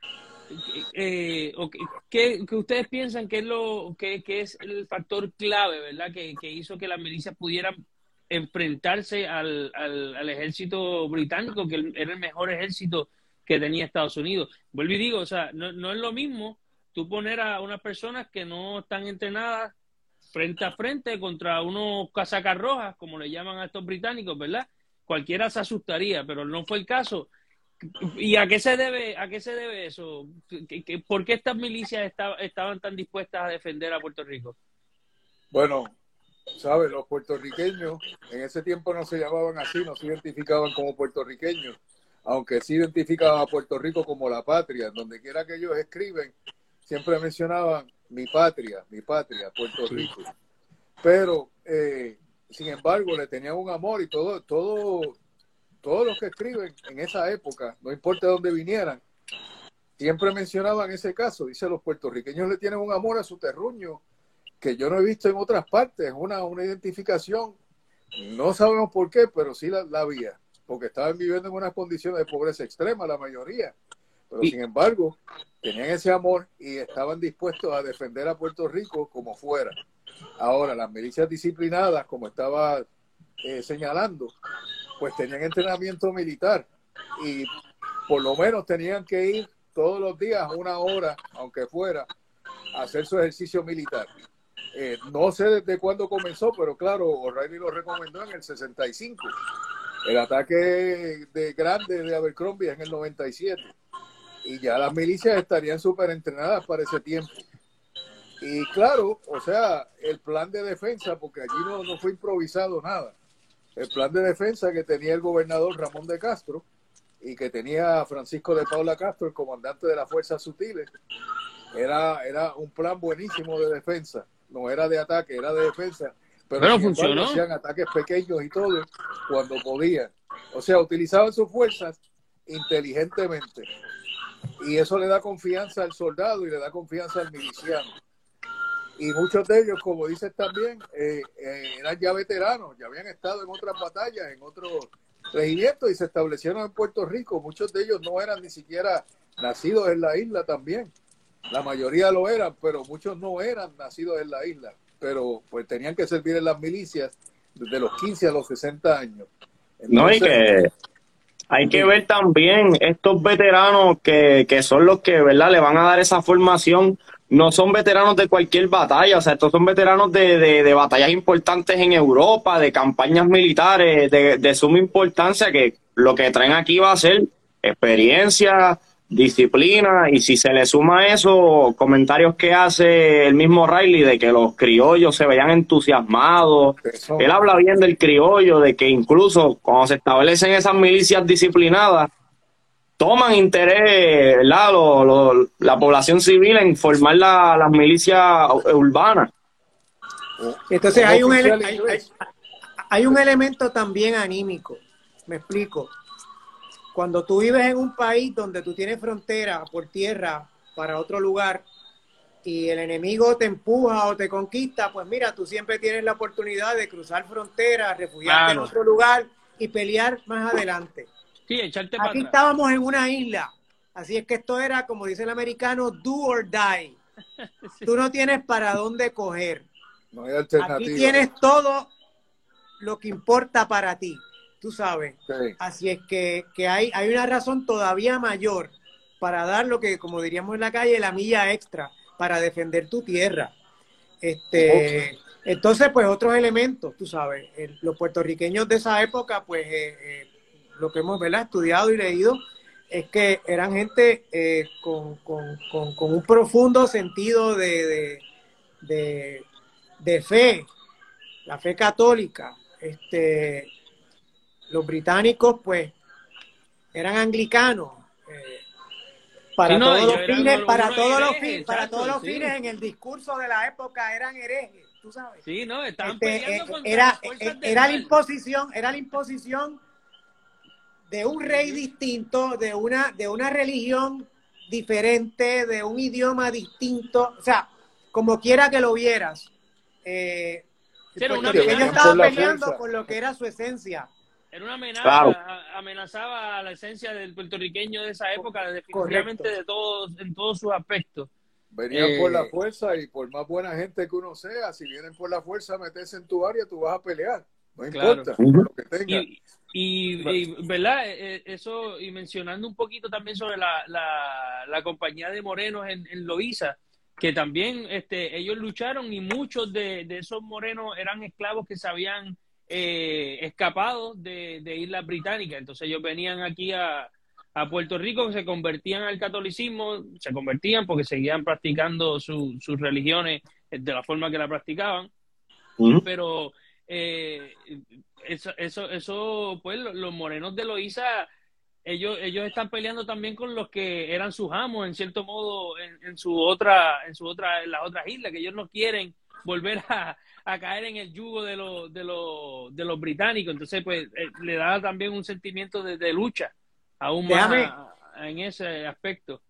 eh, o que, que ustedes piensan que es lo que, que es el factor clave, ¿verdad?, que, que hizo que las milicias pudieran enfrentarse al, al, al ejército británico, que era el mejor ejército que tenía Estados Unidos? Vuelvo y digo, o sea, no, no es lo mismo tú poner a unas personas que no están entrenadas frente a frente contra unos casacas rojas, como le llaman a estos británicos, ¿verdad? Cualquiera se asustaría, pero no fue el caso. ¿Y a qué se debe, a qué se debe eso? ¿Por qué estas milicias estaban, estaban tan dispuestas a defender a Puerto Rico? Bueno, ¿sabes? Los puertorriqueños en ese tiempo no se llamaban así, no se identificaban como puertorriqueños, aunque sí identificaban a Puerto Rico como la patria. Donde quiera que ellos escriben, siempre mencionaban mi patria, mi patria, Puerto Rico. Pero, eh, sin embargo, le tenían un amor, y todo, todo, todos los que escriben en esa época, no importa de dónde vinieran, siempre mencionaban ese caso. Dice, los puertorriqueños le tienen un amor a su terruño que yo no he visto en otras partes, una, una identificación, no sabemos por qué, pero sí la, la había, porque estaban viviendo en unas condiciones de pobreza extrema la mayoría, pero sin embargo tenían ese amor y estaban dispuestos a defender a Puerto Rico como fuera. Ahora, las milicias disciplinadas, como estaba eh, señalando, pues tenían entrenamiento militar y por lo menos tenían que ir todos los días una hora, aunque fuera, a hacer su ejercicio militar. Eh, no sé desde cuándo comenzó, pero claro, O'Reilly lo recomendó en el sesenta y cinco. El ataque de grande de Abercrombie en el noventa y siete. Y ya las milicias estarían súper entrenadas para ese tiempo. Y claro, o sea, el plan de defensa, porque allí no, no fue improvisado nada. El plan de defensa que tenía el gobernador Ramón de Castro y que tenía a Francisco de Paula Castro, el comandante de las Fuerzas Sutiles, era, era un plan buenísimo de defensa. No era de ataque, era de defensa. Pero, pero sin funcionó. embargo, hacían ataques pequeños y todo cuando podían. O sea, utilizaban sus fuerzas inteligentemente. Y eso le da confianza al soldado y le da confianza al miliciano. Y muchos de ellos, como dices también, eh, eh, eran ya veteranos, ya habían estado en otras batallas, en otros regimientos y se establecieron en Puerto Rico. Muchos de ellos no eran ni siquiera nacidos en la isla también. La mayoría lo eran, pero muchos no eran nacidos en la isla. Pero pues tenían que servir en las milicias desde los quince a los sesenta años. Entonces, no, y que hay que ver también estos veteranos que, que son los que, ¿verdad?, le van a dar esa formación. No son veteranos de cualquier batalla, o sea, estos son veteranos de, de, de batallas importantes en Europa, de campañas militares, de, de suma importancia, que lo que traen aquí va a ser experiencia, disciplina, y si se le suma eso, comentarios que hace el mismo Riley de que los criollos se veían entusiasmados. eso, Él habla bien del criollo, de que incluso cuando se establecen esas milicias disciplinadas, toman interés, ¿verdad?, lo, lo, la población civil en formar la, las milicias urbanas. Entonces hay un, ele- oficial hay, hay- inglés. hay un elemento también anímico. Me explico. Cuando tú vives en un país donde tú tienes frontera por tierra para otro lugar y el enemigo te empuja o te conquista, pues mira, tú siempre tienes la oportunidad de cruzar fronteras, refugiarte Claro. en otro lugar y pelear más adelante. Sí, echarte para Aquí atrás. estábamos en una isla, así es que esto era, como dice el americano, do or die. Tú no tienes para dónde coger. no hay alternativa. Aquí tienes todo lo que importa para ti, tú sabes. Sí. Así es que, que hay, hay una razón todavía mayor para dar lo que, como diríamos en la calle, la milla extra para defender tu tierra. Este, entonces, pues otros elementos, tú sabes, el- los puertorriqueños de esa época, pues eh, eh, lo que hemos, ¿verdad?, estudiado y leído es que eran gente eh, con, con, con, con un profundo sentido de, de, de, de fe, la fe católica. Este, los británicos, pues, eran anglicanos. eh, para Sí, no, todos ellos los eran fines, unos para todos los herejes, fines, para exacto, todos los sí. fines en el discurso de la época eran herejes, tú sabes. Sí, no, estaban Este, peleando eh, contra era, las fuerzas eh, del era la mal. imposición, era la imposición de un rey distinto, de una, de una religión diferente, de un idioma distinto, o sea, como quiera que lo vieras, eh, Sí, era el una puertorriqueño amenaza. estaba Por la peleando fuerza. con lo que era su esencia. Era una amenaza, Claro. a- amenazaba a la esencia del puertorriqueño de esa época, definitivamente Correcto. de todos, en todos sus aspectos. Venían Eh, por la fuerza y por más buena gente que uno sea, si vienen por la fuerza a meterse en tu área, tú vas a pelear. No Claro. importa lo que tenga. Y, y, y, ¿verdad? Eh, Eso, y mencionando un poquito también sobre la, la, la compañía de morenos en, en Loíza, que también este, ellos lucharon y muchos de, de esos morenos eran esclavos que se habían eh, escapado de, de islas británicas. Entonces ellos venían aquí a, a Puerto Rico, se convertían al catolicismo, se convertían porque seguían practicando su, sus religiones de la forma que la practicaban, Ujú. pero eh, eso, eso, eso, pues los morenos de Loíza, ellos, ellos están peleando también con los que eran sus amos, en cierto modo, en, en su otra, en su otra, en las otras islas, que ellos no quieren volver a, a caer en el yugo de los, de los, de los británicos. Entonces, pues, eh, le da también un sentimiento de, de lucha, aún más Déjame- a- a- en ese aspecto.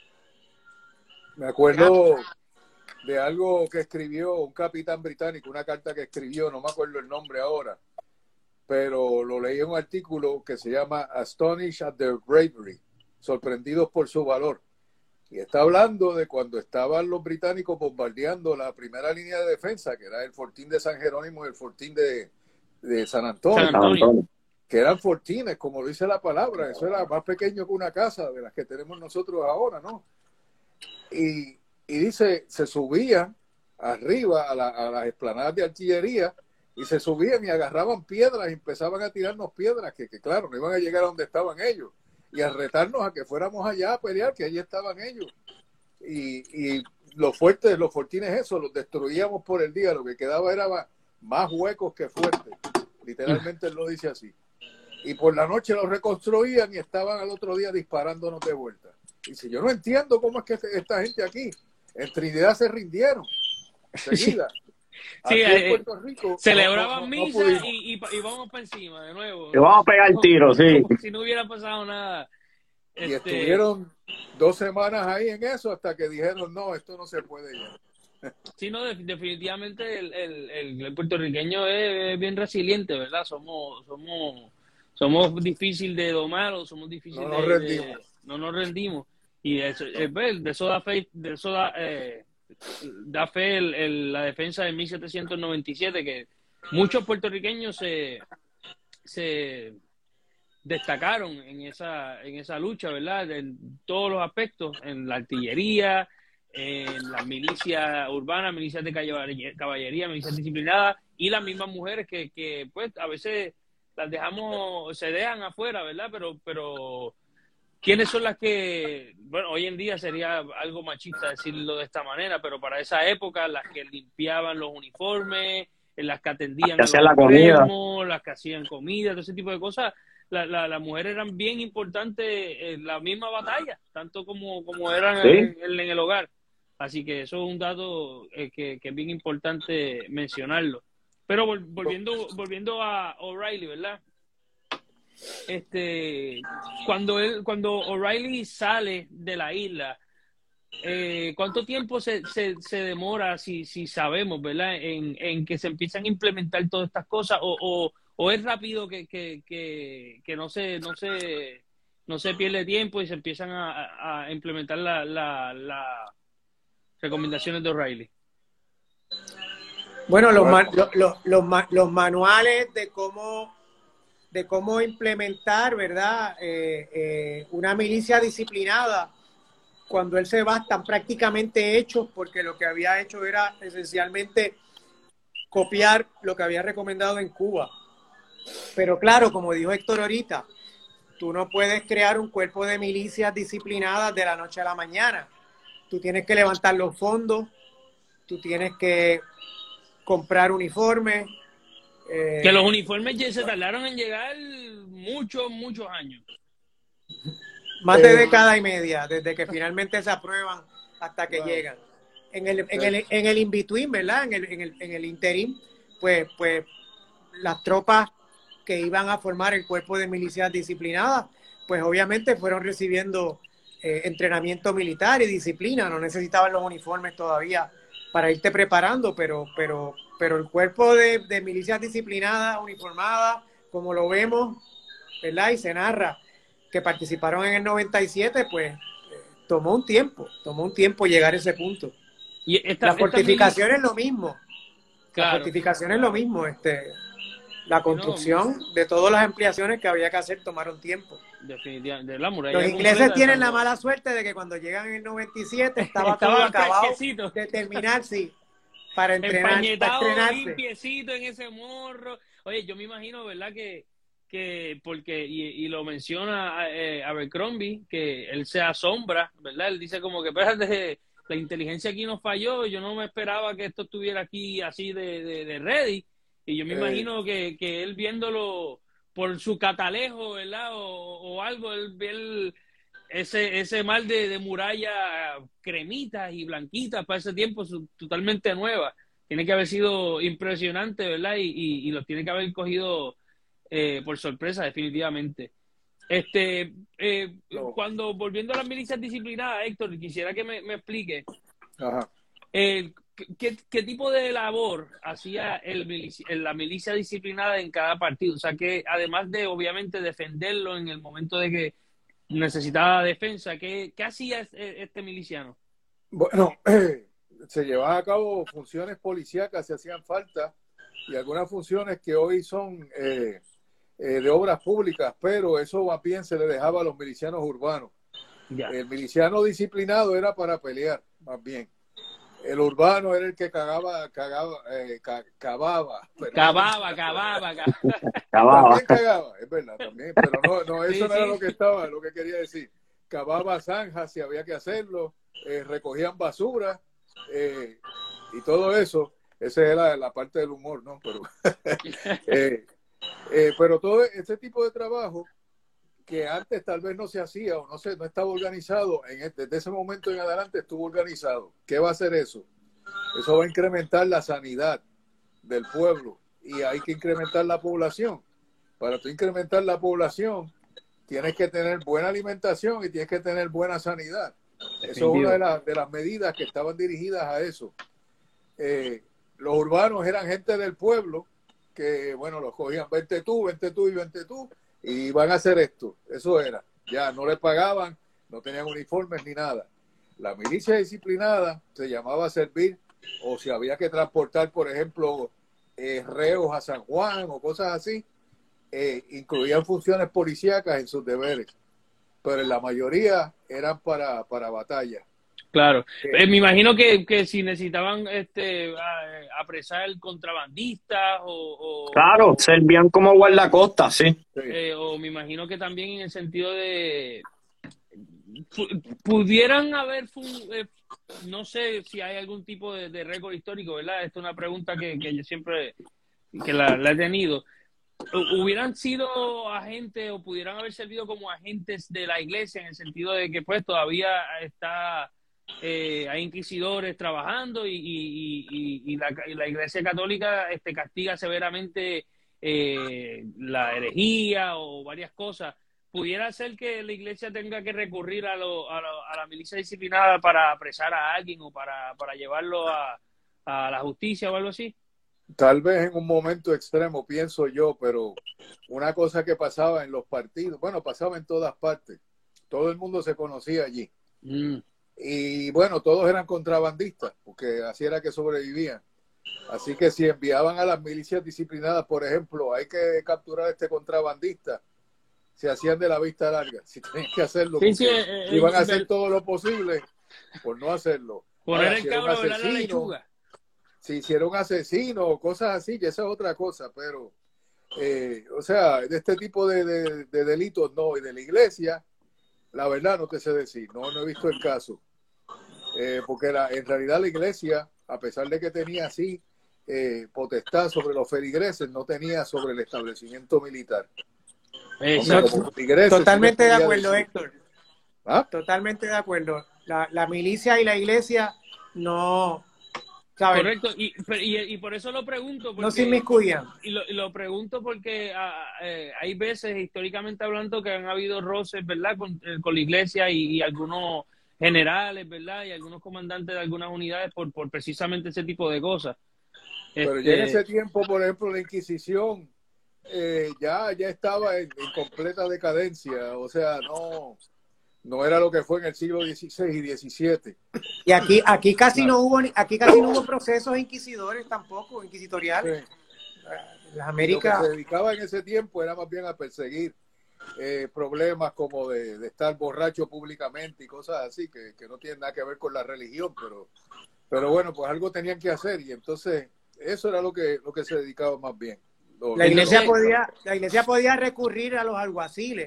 Me acuerdo de algo que escribió un capitán británico, una carta que escribió, no me acuerdo el nombre ahora, pero lo leí en un artículo que se llama Astonished at their bravery, sorprendidos por su valor. Y está hablando de cuando estaban los británicos bombardeando la primera línea de defensa, que era el fortín de San Jerónimo y el fortín de, de San Antonio, San Antonio. que eran fortines, como lo dice la palabra. Eso era más pequeño que una casa de las que tenemos nosotros ahora, ¿no? Y, y dice, se subían arriba a, la, a las explanadas de artillería y se subían y agarraban piedras y empezaban a tirarnos piedras que, que claro, no iban a llegar a donde estaban ellos, y a retarnos a que fuéramos allá a pelear, que allí estaban ellos. Y, y los fuertes, los fortines esos, los destruíamos por el día, lo que quedaba era más, más huecos que fuertes. Literalmente él lo dice así. y por la noche lo reconstruían y estaban al otro día disparándonos de vuelta. Y si yo no entiendo cómo es que esta gente aquí en Trinidad se rindieron enseguida. Sí, Aquí eh, en Puerto Rico celebraban no, no, no, misa no y, y, y vamos para encima de nuevo. Y vamos a pegar el tiro, sí. Como si no hubiera pasado nada. Y Este, estuvieron dos semanas ahí en eso hasta que dijeron, no, esto no se puede ya. Sí, no, de- definitivamente el, el, el, el puertorriqueño es, es bien resiliente, ¿verdad? Somos somos somos difícil de domar o somos difíciles No nos de, rendimos. de- no nos rendimos. Y eso, eh, pues, de eso da fe, de eso da, eh, da fe el, el- la defensa de mil setecientos noventa y siete, que muchos puertorriqueños se, se destacaron en esa, en esa lucha, ¿verdad? En todos los aspectos, en la artillería, en las milicias urbanas, milicias de caballería, caballería, milicias disciplinadas, y las mismas mujeres que, que pues a veces las dejamos, se dejan afuera, ¿verdad? Pero, pero ¿quiénes son las que, bueno, hoy en día sería algo machista decirlo de esta manera, pero para esa época las que limpiaban los uniformes, las que atendían Que a los hacían la comida. enfermos, las que hacían comida, todo ese tipo de cosas, la, la, las mujeres eran bien importantes en la misma batalla, tanto como, como eran Sí. en, en el hogar. Así que eso es un dato eh, que, que es bien importante mencionarlo. Pero vol- volviendo, volviendo a O'Reilly, ¿verdad? Este, cuando él, cuando O'Reilly sale de la isla, eh, ¿cuánto tiempo se, se, se demora, si, si sabemos, ¿verdad? En, en que se empiezan a implementar todas estas cosas, o, o, o es rápido que, que, que, que no se, no se, no se pierde tiempo y se empiezan a, a implementar la, la, la recomendaciones de O'Reilly? Bueno, los, Bueno. ma- lo- lo- los, ma- los manuales de cómo, de cómo implementar, ¿verdad? Eh, eh, una milicia disciplinada, cuando él se va, están prácticamente hechos, porque lo que había hecho era esencialmente copiar lo que había recomendado en Cuba. Pero claro, como dijo Héctor ahorita, tú no puedes crear un cuerpo de milicias disciplinadas de la noche a la mañana. Tú tienes que levantar los fondos, tú tienes que comprar uniformes. Eh, Que los uniformes ya se tardaron en llegar muchos, muchos años. más de Eh, década y media, desde que finalmente se aprueban hasta que Wow. llegan. En el, en el, en el in-between, ¿verdad? En el, en el, en el interim, pues, pues las tropas que iban a formar el cuerpo de milicias disciplinadas, pues obviamente fueron recibiendo eh, entrenamiento militar y disciplina, no necesitaban los uniformes todavía para irte preparando, pero, pero, pero el cuerpo de, de milicias disciplinadas, uniformadas, como lo vemos, ¿verdad? Y se narra que participaron en el noventa y siete, pues eh, tomó un tiempo, tomó un tiempo llegar a ese punto. Y esta, La esta fortificación milicia- es lo mismo. Claro. La fortificación es lo mismo. Este, la construcción de todas las ampliaciones que había que hacer tomaron tiempo. Definitivamente, de la muralla Los ingleses completa tienen la estaba- mala suerte de que cuando llegan en el noventa y siete estaba, Estaba todo acabado fresquecito. de terminar, sí, para entrenar, para empañetado, estrenarse. limpiecito en ese morro. Oye, yo me imagino, ¿verdad? Que, que porque, y, y lo menciona eh, Abercrombie, que él se asombra, ¿verdad? Él dice como que, espérate, la inteligencia aquí nos falló, yo no me esperaba que esto estuviera aquí así de, de, de ready. Y yo me Eh. imagino que, que él viéndolo por su catalejo, ¿verdad? O, o algo, él ve el- ese, ese mal de, de muralla cremitas y blanquitas para ese tiempo, su- totalmente nueva. Tiene que haber sido impresionante, ¿verdad? Y, y, y los tiene que haber cogido eh, por sorpresa, definitivamente. Este, eh, No. cuando, volviendo a las milicias disciplinadas, Héctor, quisiera que me, me explique Ajá. eh, ¿qué, qué tipo de labor hacía el milici- la milicia disciplinada en cada partido? O sea, que además de, obviamente, defenderlo en el momento de que necesitaba defensa, ¿qué, qué hacía este, este miliciano? Bueno, eh, se llevaban a cabo funciones policíacas si hacían falta y algunas funciones que hoy son eh, eh, de obras públicas, pero eso más bien se le dejaba a los milicianos urbanos. Ya. El miliciano disciplinado era para pelear, más bien. El urbano era el que cagaba, cagaba, eh, ca- cavaba. perdón. Cavaba, cavaba, cavaba. Acababa. También cagaba, es verdad, también, pero no, no eso Sí, no era sí. lo que estaba, lo que quería decir. Cavaba zanjas si había que hacerlo, eh, recogían basura eh, y todo eso. Esa era la parte del humor, ¿no? Pero, eh, Eh, pero todo este tipo de trabajo que antes tal vez no se hacía o no se, no estaba organizado, en este, desde ese momento en adelante estuvo organizado. ¿Qué va a hacer eso? Eso va a incrementar la sanidad del pueblo y hay que incrementar la población. Para tú incrementar la población, tienes que tener buena alimentación y tienes que tener buena sanidad. Eso es una de, la, de las medidas que estaban dirigidas a eso. Eh, los urbanos eran gente del pueblo que, bueno, los cogían, vente tú, vente tú y vente tú, y van a hacer esto. Eso era. Ya no le pagaban, no tenían uniformes ni nada. La milicia disciplinada se llamaba a servir, o si había que transportar, por ejemplo, eh, reos a San Juan o cosas así, eh, incluían funciones policíacas en sus deberes. Pero en la mayoría eran para, para batalla. Claro. Eh, me imagino que, que si necesitaban este apresar contrabandistas o, o... Claro, o, servían como guardacostas, sí. Eh, o me imagino que también en el sentido de... Pudieran haber... Eh, no sé si hay algún tipo de, de récord histórico, ¿verdad? Esta es una pregunta que, que yo siempre que la, la he tenido. ¿Hubieran sido agentes o pudieran haber servido como agentes de la iglesia en el sentido de que pues todavía está... Eh, hay inquisidores trabajando y, y, y, y, la, y la Iglesia Católica este, castiga severamente eh, la herejía o varias cosas? ¿Pudiera ser que la Iglesia tenga que recurrir a, lo, a, lo, a la milicia disciplinada para apresar a alguien o para, para llevarlo a, a la justicia o algo así? Tal vez en un momento extremo, pienso yo, pero una cosa que pasaba en los partidos, bueno, pasaba en todas partes, todo el mundo se conocía allí. Mm. Y bueno, todos eran contrabandistas, porque así era que sobrevivían. Así que si enviaban a las milicias disciplinadas, por ejemplo, hay que capturar a este contrabandista, se hacían de la vista larga. Si tenían que hacerlo, sí, sí, eh, iban eh, a hacer eh, todo lo posible por no hacerlo. Poner Ahora, el si cabro de la lechuga. Si hicieron un asesino o cosas así, que esa es otra cosa, pero, eh, o sea, de este tipo de, de, de delitos no, y de la iglesia, la verdad no te sé decir, no, no he visto el caso. Eh, porque la, en realidad la iglesia, a pesar de que tenía así eh, potestad sobre los feligreses, no tenía sobre el establecimiento militar. Eh, o sea, no, como feligreses, totalmente sí de acuerdo, decir. Héctor. ¿Ah? Totalmente de acuerdo. La, la milicia y la iglesia no... ¿sabes? Correcto, y, y, y por eso lo pregunto. Porque, no se inmiscuyan. Y lo, y lo pregunto porque ah, eh, hay veces, históricamente hablando, que han habido roces, ¿verdad?, con, con la iglesia y, y algunos generales, ¿verdad?, y algunos comandantes de algunas unidades por, por precisamente ese tipo de cosas. Pero este... ya en ese tiempo, por ejemplo, la Inquisición eh, ya, ya estaba en, en completa decadencia, o sea, no... no era lo que fue en el siglo dieciséis y diecisiete. Y aquí, aquí casi claro. no hubo, aquí casi no hubo procesos inquisidores tampoco, inquisitoriales. Sí. Las Américas. Lo que se dedicaba en ese tiempo era más bien a perseguir eh, problemas como de, de estar borracho públicamente y cosas así, que, que no tienen nada que ver con la religión, pero, pero bueno, pues algo tenían que hacer y entonces eso era lo que, lo que se dedicaba más bien. Lo, la, iglesia lo, podía, la iglesia podía recurrir a los alguaciles.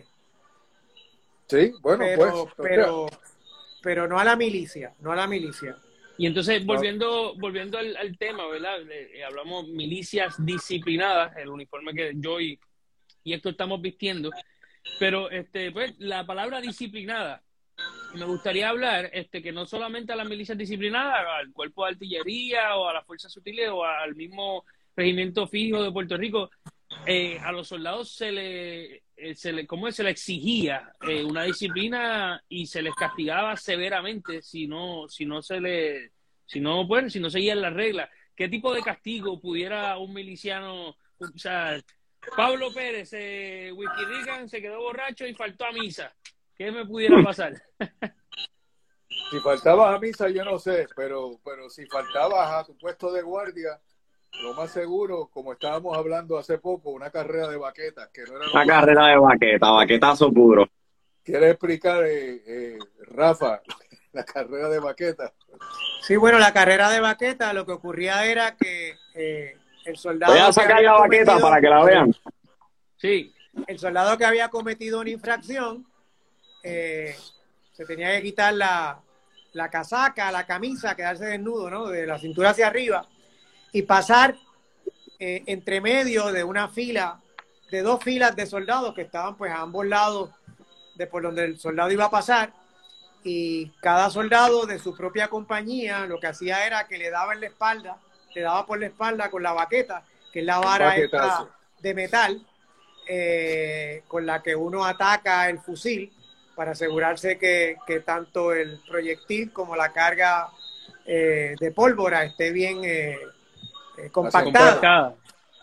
Sí, bueno, pero, pues. Pero, pero no a la milicia, no a la milicia. Y entonces, volviendo volviendo al, al tema, ¿verdad? Eh, hablamos milicias disciplinadas, el uniforme que yo y, y esto estamos vistiendo. Pero, este pues, la palabra disciplinada, me gustaría hablar este que no solamente a las milicias disciplinadas, al cuerpo de artillería o a las fuerzas sutiles o al mismo regimiento fijo de Puerto Rico, eh, a los soldados se le... se le, ¿cómo es? Se le exigía eh, una disciplina y se les castigaba severamente si no, si no se le, si no, bueno, si no seguían las reglas. ¿Qué tipo de castigo pudiera un miliciano, o sea, Pablo Pérez, eh, Whisky Reagan se quedó borracho y faltó a misa? ¿Qué me pudiera pasar? Si faltabas a misa, yo no sé, pero, pero si faltabas a tu puesto de guardia, lo más seguro, como estábamos hablando hace poco, una carrera de baquetas. Que no era una carrera de baqueta, baquetazo puro. ¿Quieres explicar, eh, eh, Rafa, la carrera de baquetas? Sí, bueno, la carrera de baqueta, lo que ocurría era que eh, el soldado... Voy a sacar la baqueta cometido, para que la vean. Sí, el soldado que había cometido una infracción eh, se tenía que quitar la, la casaca, la camisa, quedarse desnudo, ¿no? De la cintura hacia arriba. Y pasar eh, entre medio de una fila de dos filas de soldados que estaban pues a ambos lados de por donde el soldado iba a pasar, y cada soldado de su propia compañía lo que hacía era que le daba en la espalda, le daba por la espalda con la baqueta, que es la vara esta de metal, eh, con la que uno ataca el fusil para asegurarse que, que tanto el proyectil como la carga eh, de pólvora esté bien eh, eh, compactada.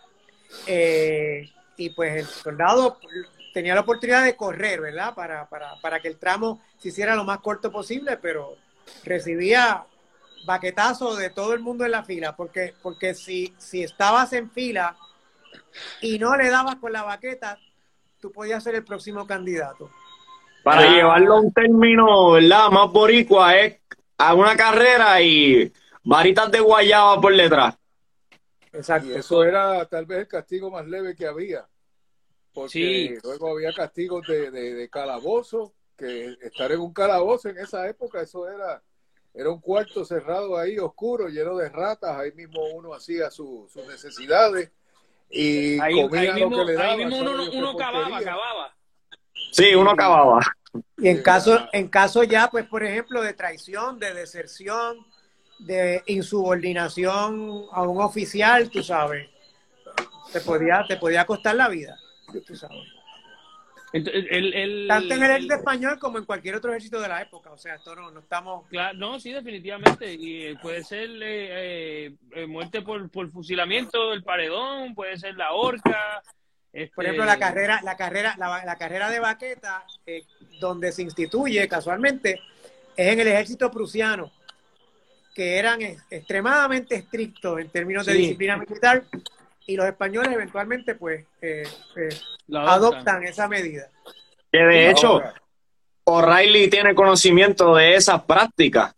Eh, y pues el soldado tenía la oportunidad de correr, ¿verdad? Para, para, para que el tramo se hiciera lo más corto posible, pero recibía baquetazos de todo el mundo en la fila, porque, porque si, si estabas en fila y no le dabas con la baqueta, tú podías ser el próximo candidato. Para ah. llevarlo a un término, ¿verdad? Más boricua, es a una carrera y varitas de guayaba por detrás. Exacto. Y eso era tal vez el castigo más leve que había. Porque sí. Luego había castigos de, de, de calabozo, que estar en un calabozo en esa época, eso era, era un cuarto cerrado ahí, oscuro, lleno de ratas, ahí mismo uno hacía su, sus necesidades y ahí, comía ahí lo mismo, que le daba. Ahí mismo uno, uno cavaba, cavaba. Sí, uno cavaba. Y en caso, en caso ya, pues, por ejemplo, de traición, de deserción, de insubordinación a un oficial, tú sabes, te podía, te podía costar la vida. Tú sabes. Entonces, el, el, Tanto en el ejército el, español como en cualquier otro ejército de la época. O sea, esto no, no estamos... Claro, no, sí, definitivamente. Y puede ser eh, eh, muerte por, por fusilamiento del paredón, puede ser la horca. Este... Por ejemplo, la carrera, la carrera, la, la carrera de baqueta, eh, donde se instituye casualmente, es en el ejército prusiano, que eran extremadamente estrictos en términos de sí. disciplina militar. Y los españoles eventualmente pues eh, eh, adoptan. adoptan esa medida. Que de hecho O'Reilly tiene conocimiento de esas prácticas.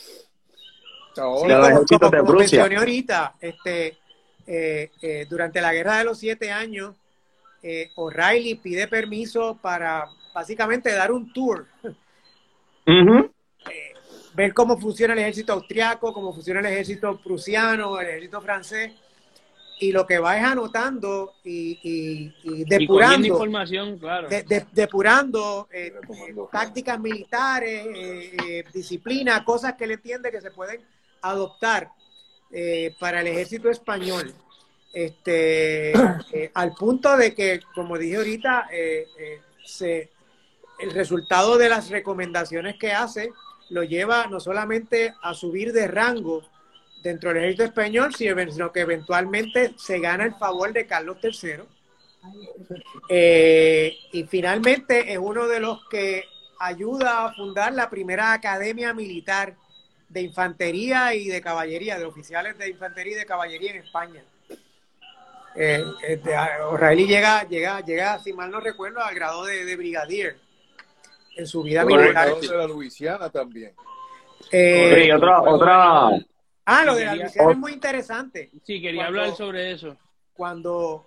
Sí, de los como, ejércitos como, de como mencioné ahorita, este, eh, eh, durante la Guerra de los Siete Años, eh, O'Reilly pide permiso para básicamente dar un tour. Uh-huh. eh, ver cómo funciona el ejército austriaco, cómo funciona el ejército prusiano, el ejército francés. Y lo que va es anotando y, y, y depurando, y información, claro. de, de, depurando eh, eh, tácticas militares, eh, eh, disciplina, cosas que él entiende que se pueden adoptar eh, para el ejército español. Este, eh, al punto de que, como dije ahorita, eh, eh, se, el resultado de las recomendaciones que hace lo lleva no solamente a subir de rango dentro del ejército español, sino que eventualmente se gana el favor de Carlos tercero. Eh, y finalmente es uno de los que ayuda a fundar la primera academia militar de infantería y de caballería, de oficiales de infantería y de caballería en España. Eh, eh, O'Reilly llega, llega, llega, si mal no recuerdo, al grado de, de brigadier en su vida militar. De la Luisiana también. Eh, sí, otra, otra... Ah, lo de la Luisiana es muy interesante. Sí, quería cuando, hablar sobre eso. Cuando,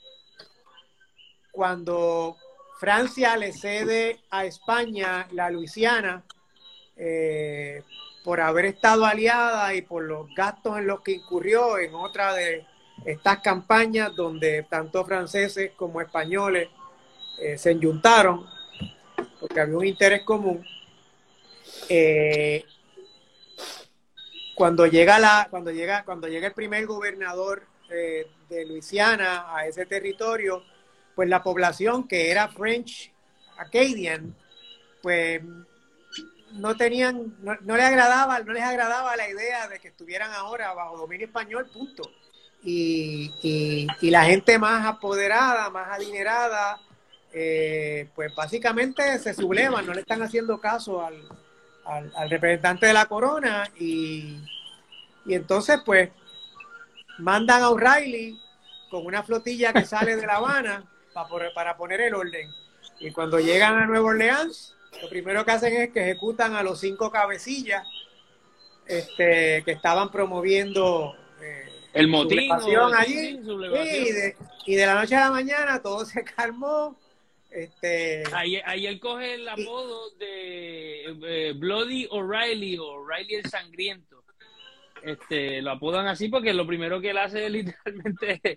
cuando Francia le cede a España la Luisiana eh, por haber estado aliada y por los gastos en los que incurrió en otra de estas campañas donde tanto franceses como españoles eh, se enyuntaron porque había un interés común. Eh, Cuando llega la, cuando llega, cuando llega el primer gobernador eh, de Luisiana a ese territorio, pues la población que era French Acadian, pues no tenían, no, no les agradaba, no les agradaba la idea de que estuvieran ahora bajo dominio español, punto. Y, y, y la gente más apoderada, más adinerada, eh, pues básicamente se sublevan, no le están haciendo caso al Al, al representante de la corona y, y entonces pues mandan a O'Reilly con una flotilla que sale de La Habana para, para poner el orden, y cuando llegan a Nueva Orleans lo primero que hacen es que ejecutan a los cinco cabecillas este, que estaban promoviendo eh, el motín allí, y de, y de la noche a la mañana todo se calmó. Este, ahí, ahí él coge el apodo de eh, Bloody O'Reilly o O'Reilly el Sangriento. Este, lo apodan así porque lo primero que él hace es literalmente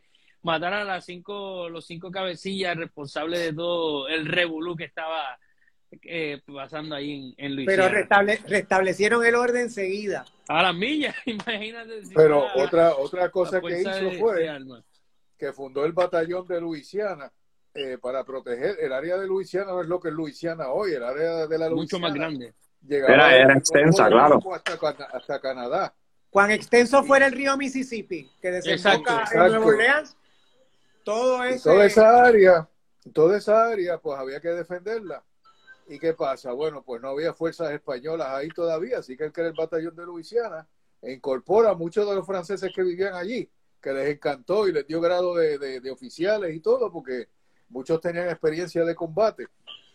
matar a las cinco, los cinco cabecillas responsables de todo el revolú que estaba eh, pasando ahí en, en Luisiana. Pero restable, restablecieron el orden enseguida. A las millas, imagínate. Si Pero la, otra, otra cosa la que hizo de, fue de que fundó el batallón de Luisiana eh, para proteger el área de Luisiana. No es lo que es Luisiana hoy, el área de la Luisiana mucho más grande. Llegaba Era, era el extensa, Golfo de claro. México hasta, hasta Canadá. Cuán extenso fuera el río Mississippi, que desemboca Exacto, en exacto. Nueva Orleans, todo Y ese... toda esa área, toda esa área, pues había que defenderla. ¿Y qué pasa? Bueno, pues no había fuerzas españolas ahí todavía, así que él crea el batallón de Luisiana e incorpora a muchos de los franceses que vivían allí, que les encantó y les dio grado de, de, de oficiales y todo, porque muchos tenían experiencia de combate.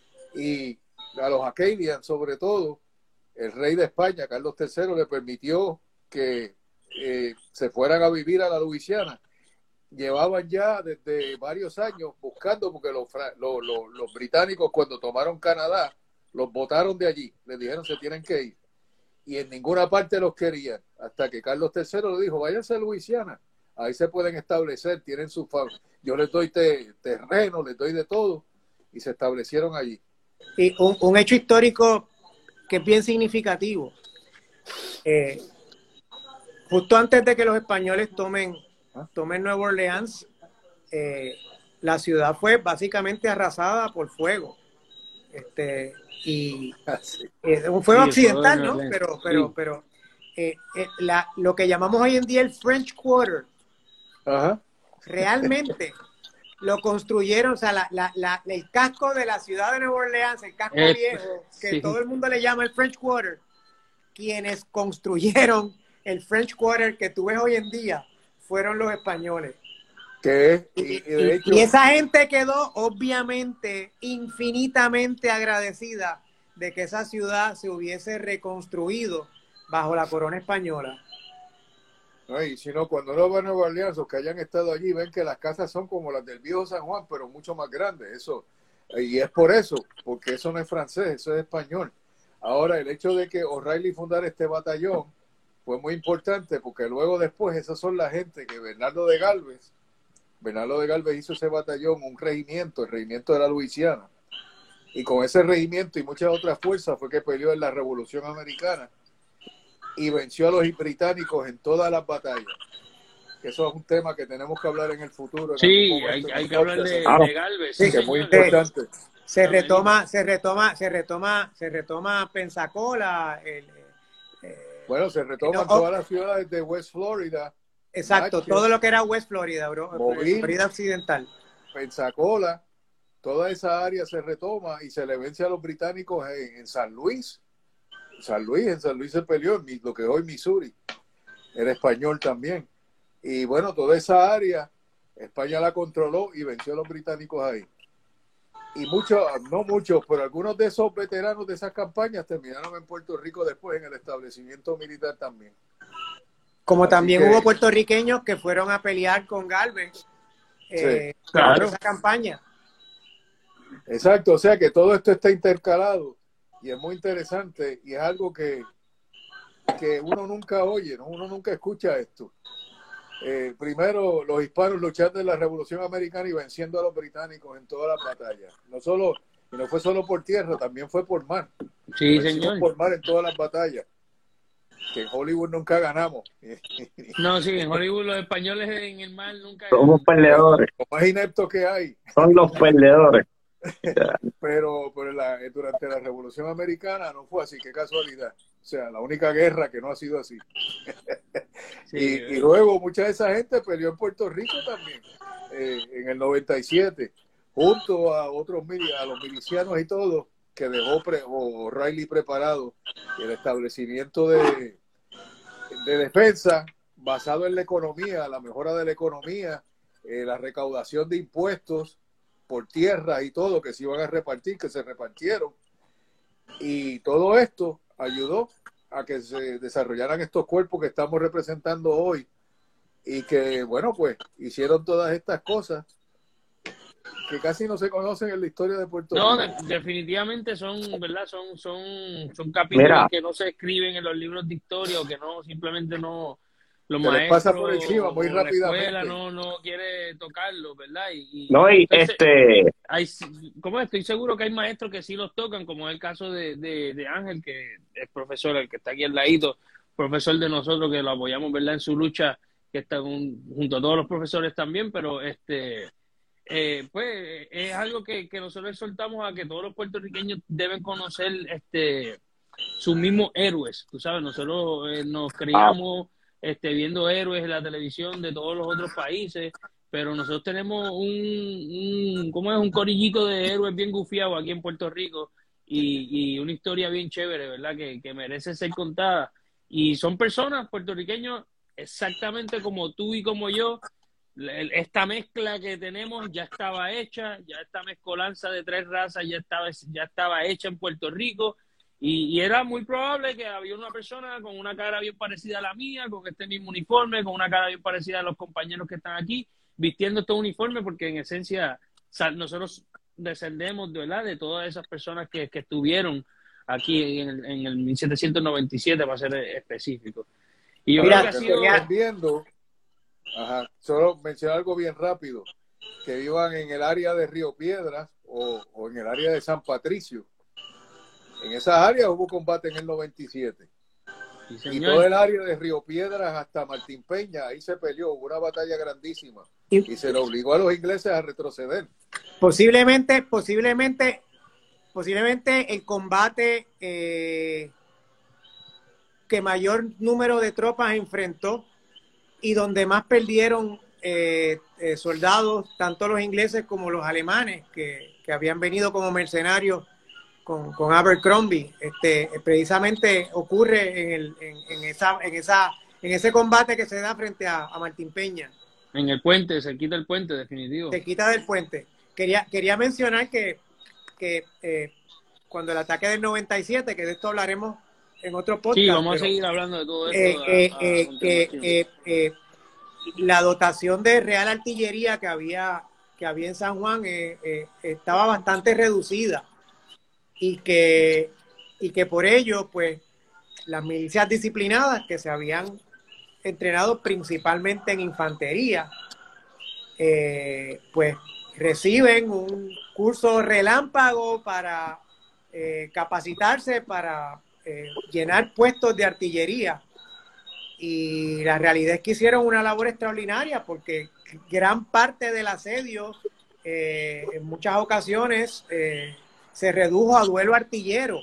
Y a los Acadians, sobre todo, el rey de España, Carlos tercero, le permitió que eh, se fueran a vivir a la Luisiana. Llevaban ya desde varios años buscando, porque los, los, los, los británicos cuando tomaron Canadá, los botaron de allí, les dijeron se tienen que ir. Y en ninguna parte los querían, hasta que Carlos tercero le dijo, váyanse a Luisiana, ahí se pueden establecer, tienen su familia, yo les doy te, terreno, les doy de todo, y se establecieron allí. Y un, un hecho histórico que es bien significativo. Eh, justo antes de que los españoles tomen, tomen Nueva Orleans, eh, la ciudad fue básicamente arrasada por fuego. Este, y eh, un fuego Sí, accidental, fuego ¿no? de Pero, pero, sí. pero eh, eh, la, lo que llamamos hoy en día el French Quarter, Ajá. realmente lo construyeron, o sea, la, la, la, el casco de la ciudad de Nueva Orleans, el casco Eh, viejo, que sí. todo el mundo le llama el French Quarter, quienes construyeron el French Quarter que tú ves hoy en día, fueron los españoles. Que es, y, Y, y de y- hecho, y esa gente quedó obviamente infinitamente agradecida de que esa ciudad se hubiese reconstruido bajo la corona española. ¿no? Y si no, cuando uno va a Nueva Orleans, los que hayan estado allí, ven que las casas son como las del viejo San Juan, pero mucho más grandes. Eso, y es por eso, porque eso no es francés, eso es español. Ahora, el hecho de que O'Reilly fundara este batallón fue muy importante, porque luego después, esas son la gente que Bernardo de Galvez, Bernardo de Galvez hizo ese batallón, un regimiento, el regimiento de la Luisiana. Y con ese regimiento y muchas otras fuerzas fue que peleó en la Revolución Americana y venció a los británicos en todas las batallas. Que eso es un tema que tenemos que hablar en el futuro. En Sí, algún hay, momento, hay que hablar de, Claro. de Galvez. Sí, Sí, que es muy señor. importante. Se retoma, se retoma, se retoma, se retoma Pensacola, el, eh, Bueno, se retoman No, todas las ciudades de West Florida, exacto, Natchez, todo lo que era West Florida, bro, Mobile. Florida Occidental. Pensacola, toda esa área se retoma y se le vence a los británicos en, en San Luis. San Luis, en San Luis se peleó, en mi- lo que es hoy Missouri. Era español también. Y bueno, toda esa área, España la controló y venció a los británicos ahí. Y muchos, no muchos, pero algunos de esos veteranos de esas campañas terminaron en Puerto Rico después en el establecimiento militar también. Como Así también que- hubo puertorriqueños que fueron a pelear con Galvez eh, Sí, claro. en esa campaña. Exacto, o sea que todo esto está intercalado y es muy interesante y es algo que, que uno nunca oye, ¿no? Uno nunca escucha esto. Eh, primero, los hispanos luchando en la Revolución Americana y venciendo a los británicos en todas las batallas. No solo, y no fue solo por tierra, también fue por mar. Sí, Vencimos señor. por mar en todas las batallas. Que en Hollywood nunca ganamos. No, sí, en Hollywood los españoles en el mar nunca... Somos perdedores, Lo más inepto que hay. son los perdedores. Pero, pero la, durante la Revolución Americana no fue así, qué casualidad. O sea, la única guerra que no ha sido así. Sí, y, eh. y luego mucha de esa gente peleó en Puerto Rico también, eh, en el noventa y siete, junto a otros mili- a los milicianos y todo, que dejó pre, O'Reilly preparado el establecimiento de, de defensa basado en la economía, la mejora de la economía, eh, la recaudación de impuestos por tierra y todo que se iban a repartir, que se repartieron. Y todo esto ayudó a que se desarrollaran estos cuerpos que estamos representando hoy y que, bueno, pues hicieron todas estas cosas que casi no se conocen en la historia de Puerto No, Rico. de- definitivamente son, ¿verdad? Son, son, son capítulos Mira. que no se escriben en los libros de historia o que no, simplemente no, los Se les maestros pasa por encima muy o la rápidamente. escuela no, no quiere tocarlo, ¿verdad? Y, y No, y entonces, este, hay, como estoy seguro que hay maestros que sí los tocan, como es el caso de, de, de Ángel, que es profesor, el que está aquí al ladito, profesor de nosotros, que lo apoyamos, ¿verdad? En su lucha, que está con, junto a todos los profesores también, pero este... Eh, pues es algo que, que nosotros exhortamos a que todos los puertorriqueños deben conocer este sus mismos héroes, tú sabes, nosotros eh, nos ah, criamos este, viendo héroes en la televisión de todos los otros países, pero nosotros tenemos un, un ¿cómo es? Un corillito de héroes bien gufiados aquí en Puerto Rico y, y una historia bien chévere, ¿verdad? Que, que merece ser contada. Y son personas puertorriqueños exactamente como tú y como yo. Esta mezcla que tenemos ya estaba hecha, ya esta mezcolanza de tres razas ya estaba, ya estaba hecha en Puerto Rico y, y era muy probable que había una persona con una cara bien parecida a la mía, con este mismo uniforme, con una cara bien parecida a los compañeros que están aquí, vistiendo estos uniformes porque en esencia nosotros descendemos de, ¿verdad? De todas esas personas que, que estuvieron aquí en el, en el mil setecientos noventa y siete, para ser específico. Y yo Ahora, creo que ha lo que sido... estoy entendiendo, ajá, solo mencionar algo bien rápido, que vivan en el área de Río Piedras o, o en el área de San Patricio. En esas áreas hubo combate en el noventa y siete. Sí, y todo el área de Río Piedras hasta Martín Peña, ahí se peleó, hubo una batalla grandísima y, y se le obligó a los ingleses a retroceder. Posiblemente, posiblemente, posiblemente el combate eh, que mayor número de tropas enfrentó y donde más perdieron eh, eh, soldados, tanto los ingleses como los alemanes, que, que habían venido como mercenarios con, con Abercrombie. Este, precisamente ocurre en, el, en, en, esa, en, esa, en ese combate que se da frente a, a Martín Peña. En el puente, se quita el puente, definitivo. Se quita del puente. Quería, quería mencionar que, que eh, cuando el ataque del noventa y siete, que de esto hablaremos en otro podcast. Sí, vamos pero, a seguir hablando de todo esto. Eh, a, a, eh, a eh, eh, eh, la dotación de Real Artillería que había, que había en San Juan eh, eh, estaba bastante reducida y que, y que por ello, pues, las milicias disciplinadas que se habían entrenado principalmente en infantería, eh, pues reciben un curso relámpago para eh, capacitarse para eh, llenar puestos de artillería. Y la realidad es que hicieron una labor extraordinaria porque gran parte del asedio eh, en muchas ocasiones eh, se redujo a duelo artillero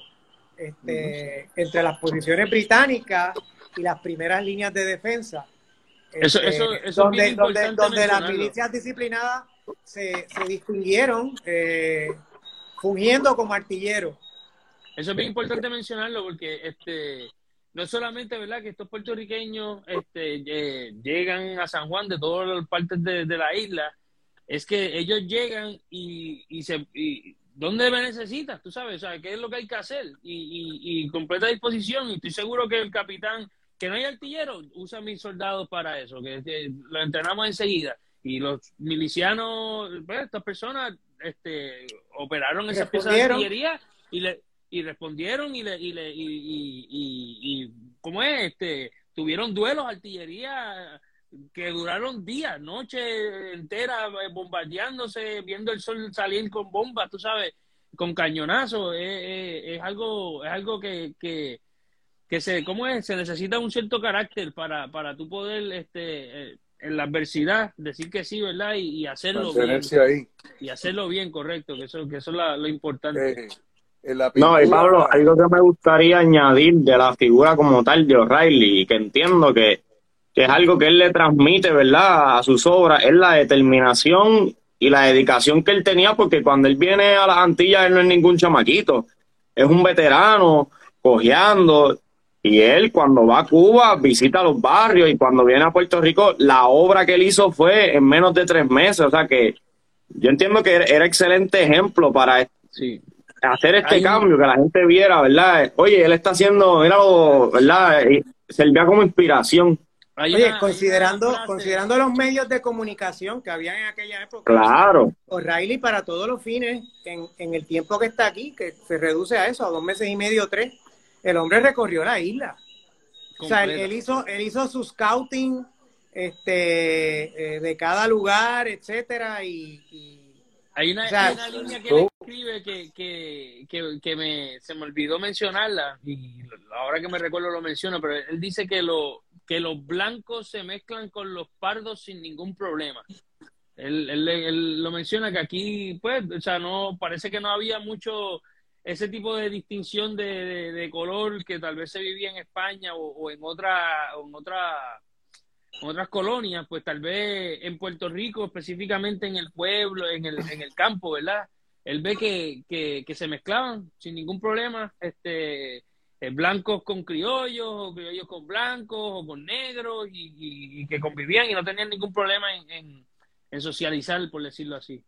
este, entre las posiciones británicas y las primeras líneas de defensa. Eso, Este, eso, eso donde, es bien importante donde, donde las mencionarlo. milicias disciplinadas se, se distinguieron eh, fungiendo como artilleros. Eso es bien importante mencionarlo porque este no solamente, ¿verdad?, que estos puertorriqueños este, eh, llegan a San Juan de todas las partes de, de la isla, es que ellos llegan y, y se y, ¿dónde me necesitas? Tú sabes, o sea, ¿qué es lo que hay que hacer? Y, y, y completa disposición, y estoy seguro que el capitán, que no hay artillero, usa a mis soldados para eso, que, que lo entrenamos enseguida. Y los milicianos, pues, estas personas este, operaron esas piezas de artillería y le y respondieron y le y le y, y, y, y ¿cómo es? Este tuvieron duelos artillería que duraron días, noches enteras bombardeándose, viendo el sol salir con bombas, tú sabes, con cañonazos. Es, es, es algo es algo que, que que se ¿cómo es? Se necesita un cierto carácter para para tú poder este en la adversidad decir que sí, ¿verdad? Y, y hacerlo mantenerse bien. ahí. Y hacerlo bien, correcto, que eso que eso es la, lo importante. Eh, En la pintura, no, y Pablo, algo que me gustaría añadir de la figura como tal de O'Reilly, y que entiendo que, que es algo que él le transmite, ¿verdad?, a sus obras, es la determinación y la dedicación que él tenía, porque cuando él viene a las Antillas, él no es ningún chamaquito, es un veterano, cojeando, y él cuando va a Cuba visita los barrios, y cuando viene a Puerto Rico, la obra que él hizo fue en menos de tres meses, o sea que yo entiendo que era, era excelente ejemplo para sí. hacer este Hay cambio, un... que la gente viera, ¿verdad? Oye, él está haciendo, míralo, ¿verdad? Y servía como inspiración. Hay Oye, una, considerando, hay una frase... considerando los medios de comunicación que había en aquella época, Claro. O'Reilly para todos los fines, en, en el tiempo que está aquí, que se reduce a eso, a dos meses y medio, tres, el hombre recorrió la isla. O sea, él, él hizo, él hizo su scouting este, eh, de cada lugar, etcétera, y, y hay una, o sea, hay una línea que él escribe que, que, que, que me, se me olvidó mencionarla, y ahora que me recuerdo lo menciono, pero él dice que, lo, que los blancos se mezclan con los pardos sin ningún problema. Él, él, él lo menciona que aquí, pues, o sea, no, parece que no había mucho ese tipo de distinción de, de, de color que tal vez se vivía en España o, o en otra, o en otra, en otras colonias, pues tal vez en Puerto Rico, específicamente en el pueblo, en el, en el campo, ¿verdad? Él ve que, que, que se mezclaban sin ningún problema, este, eh, blancos con criollos, o criollos con blancos, o con negros, y, y, y que convivían y no tenían ningún problema en, en en socializar, por decirlo así.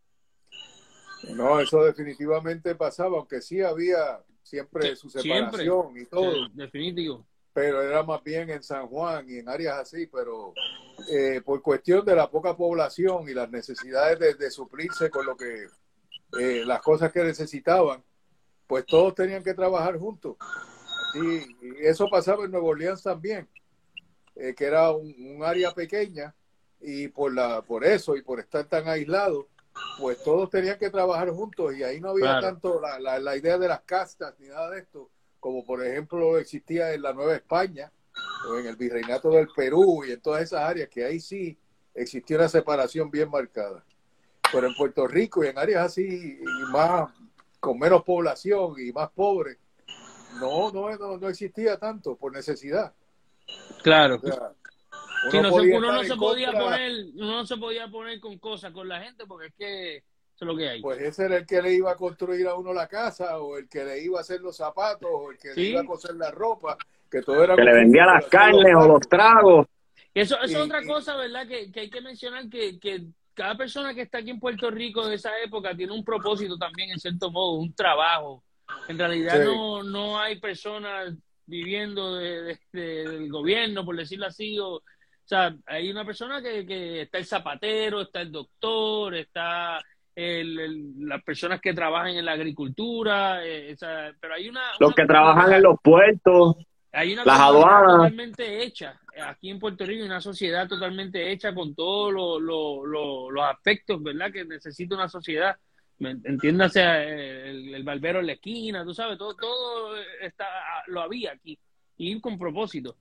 No, eso definitivamente pasaba, aunque sí había siempre Sí, su separación siempre. y todo. Sí, definitivo. Pero era más bien en San Juan y en áreas así, pero eh, por cuestión de la poca población y las necesidades de, de suplirse con lo que, eh, las cosas que necesitaban, pues todos tenían que trabajar juntos. Y, y eso pasaba en Nueva Orleans también, eh, que era un, un área pequeña, y por la por eso y por estar tan aislados, pues todos tenían que trabajar juntos, y ahí no había Claro. tanto la, la, la idea de las castas ni nada de esto, como por ejemplo existía en la Nueva España o en el Virreinato del Perú y en todas esas áreas, que ahí sí existía una separación bien marcada. Pero en Puerto Rico y en áreas así y más con menos población y más pobres, no, no, no, no existía tanto por necesidad. Claro. O sea, sí, uno, no se, podía uno no estar se en podía contra, poner, uno no se podía poner con cosas con la gente, porque es que eso es lo que hay. pues ese era el que le iba a construir a uno la casa, o el que le iba a hacer los zapatos, o el que ¿Sí? le iba a coser la ropa, que todo era Que le vendía las carnes o los tragos. Eso, eso y, es otra y, cosa, ¿verdad? Que, que hay que mencionar que, que cada persona que está aquí en Puerto Rico de esa época tiene un propósito también, en cierto modo, un trabajo. En realidad sí. no, no hay personas viviendo de, de, de, del gobierno, por decirlo así, o, o sea, hay una persona que, que está el zapatero, está el doctor, está el, el, las personas que trabajan en la agricultura, eh, o sea, pero hay una, Los una que trabajan comunidad, en los puertos, hay una las comunidad aduanas. totalmente hecha aquí en Puerto Rico, una sociedad totalmente hecha con todos lo, lo, lo, los aspectos, ¿verdad?, que necesita una sociedad. Entiéndase, el, el barbero en la esquina, tú sabes, todo, todo está, lo había aquí, y con propósito.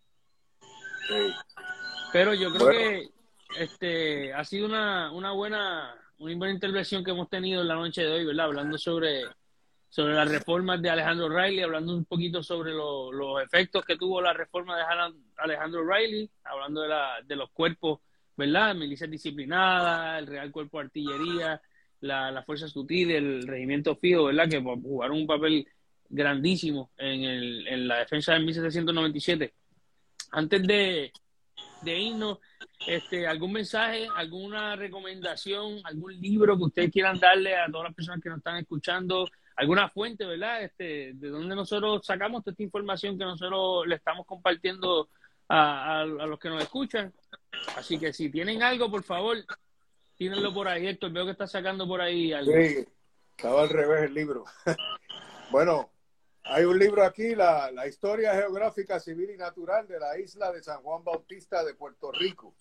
Sí. Pero yo creo Bueno. que este ha sido una, una buena una buena intervención que hemos tenido en la noche de hoy, ¿verdad? Hablando sobre, sobre las reformas de Alejandro Riley, hablando un poquito sobre lo, los efectos que tuvo la reforma de Alejandro Riley, hablando de, la, de los cuerpos, ¿verdad? Milicias disciplinadas, el Real Cuerpo de Artillería, la, las Fuerzas Sutiles, el Regimiento Fijo, ¿verdad? Que jugaron un papel grandísimo en, el, en la defensa de mil setecientos noventa y siete. Antes de, de irnos, este, algún mensaje, alguna recomendación, algún libro que ustedes quieran darle a todas las personas que nos están escuchando, alguna fuente, ¿verdad? Este, de donde nosotros sacamos toda esta información que nosotros le estamos compartiendo a, a, a los que nos escuchan. Así que si tienen algo, por favor, tírenlo por ahí, Héctor. Veo que está sacando por ahí algo. Sí, estaba al revés el libro. Bueno, hay un libro aquí, la, la historia geográfica, civil y natural de la isla de San Juan Bautista de Puerto Rico,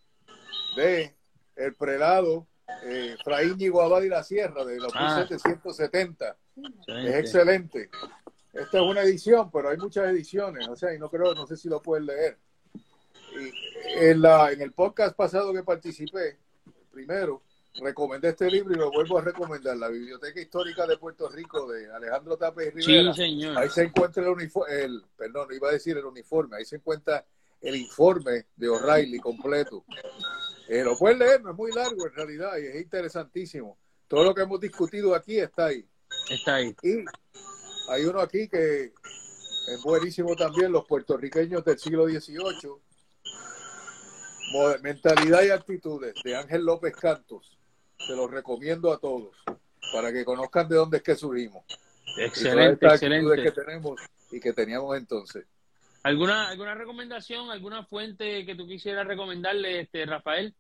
de el prelado eh, Fray Íñigo Abad y la Sierra, de los Ah. mil setecientos setenta. Excelente. Es excelente. Esta es una edición, pero hay muchas ediciones, o sea, y no creo, no sé si lo pueden leer. Y en, la, en el podcast pasado que participé, primero, recomendé este libro y lo vuelvo a recomendar, la Biblioteca Histórica de Puerto Rico de Alejandro Tapia y Rivera. Sí, señor. Ahí se encuentra el uniforme, el, perdón, iba a decir el uniforme, ahí se encuentra el informe de O'Reilly completo. Eh, lo pueden leer, no es muy largo en realidad y es interesantísimo. Todo lo que hemos discutido aquí está ahí. Está ahí. Y hay uno aquí que es buenísimo también, los puertorriqueños del siglo dieciocho, Mentalidad y Actitudes, de Ángel López Cantos. Se los recomiendo a todos para que conozcan de dónde es que surgimos. Excelente, excelente. Que tenemos y que teníamos entonces. ¿Alguna, alguna recomendación, alguna fuente que tú quisieras recomendarle, este, Rafael?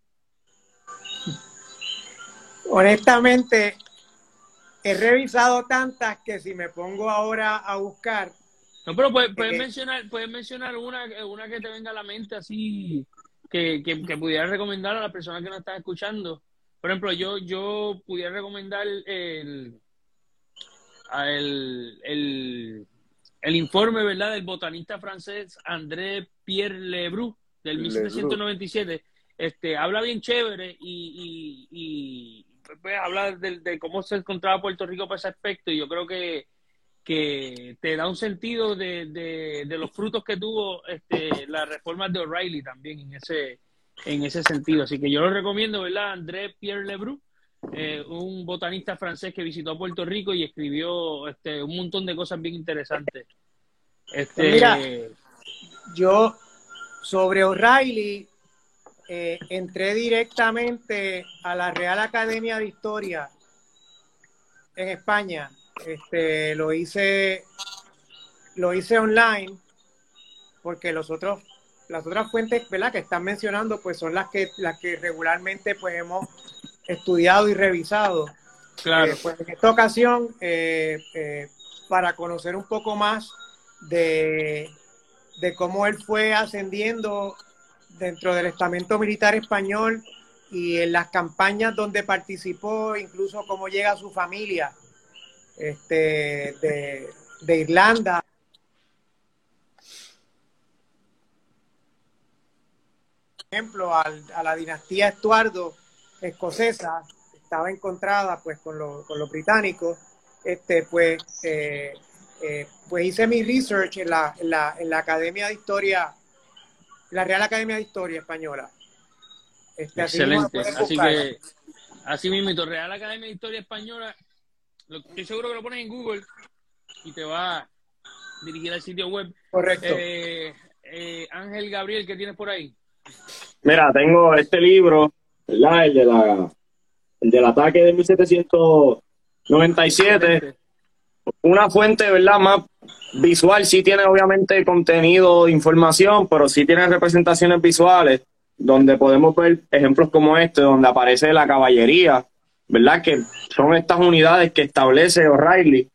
Honestamente, he revisado tantas que si me pongo ahora a buscar, No, pero puedes, puedes Eh, mencionar, puedes mencionar una, una que te venga a la mente así, que, que, que pudieras recomendar a las personas que nos están escuchando. Por ejemplo, yo, yo pudiera recomendar el, el, el, el informe, ¿verdad?, del botanista francés André Pierre Lebrun del mil setecientos noventa y siete. Este, habla bien chévere y, y, y pues, habla de, de cómo se encontraba Puerto Rico para ese aspecto, y yo creo que que te da un sentido de, de, de los frutos que tuvo este, las reformas de O'Reilly también en ese, en ese sentido. Así que yo lo recomiendo, ¿verdad? André Pierre Lebrun, eh, un botanista francés que visitó Puerto Rico y escribió este, un montón de cosas bien interesantes. Este, Mira, yo sobre O'Reilly eh, entré directamente a la Real Academia de Historia en España. Este, lo hice lo hice online porque los otros las otras fuentes, ¿verdad?, que están mencionando pues son las que las que regularmente pues hemos estudiado y revisado. claro. Eh, pues en esta ocasión eh, eh, para conocer un poco más de, de cómo él fue ascendiendo dentro del estamento militar español y en las campañas donde participó, incluso cómo llega su familia Este, de, de Irlanda. Por ejemplo, al, a la dinastía Estuardo escocesa, estaba encontrada pues con, lo, con los británicos. Este, pues, eh, eh, pues hice mi research en la, en, la, en la Academia de Historia, la Real Academia de Historia Española. Este, Excelente. Así, Así que, así mismo, Real Academia de Historia Española, lo, estoy seguro que lo pones en Google y te va a dirigir al sitio web. Correcto. Eh, eh, Ángel Gabriel, ¿qué tienes por ahí? Mira, tengo este libro, ¿verdad? El de la, el del ataque de mil setecientos noventa y siete. Excelente. Una fuente, ¿verdad?, más visual. Sí tiene obviamente contenido, información, pero sí tiene representaciones visuales donde podemos ver ejemplos como este, donde aparece la caballería, ¿verdad?, que son estas unidades que establece O'Reilly.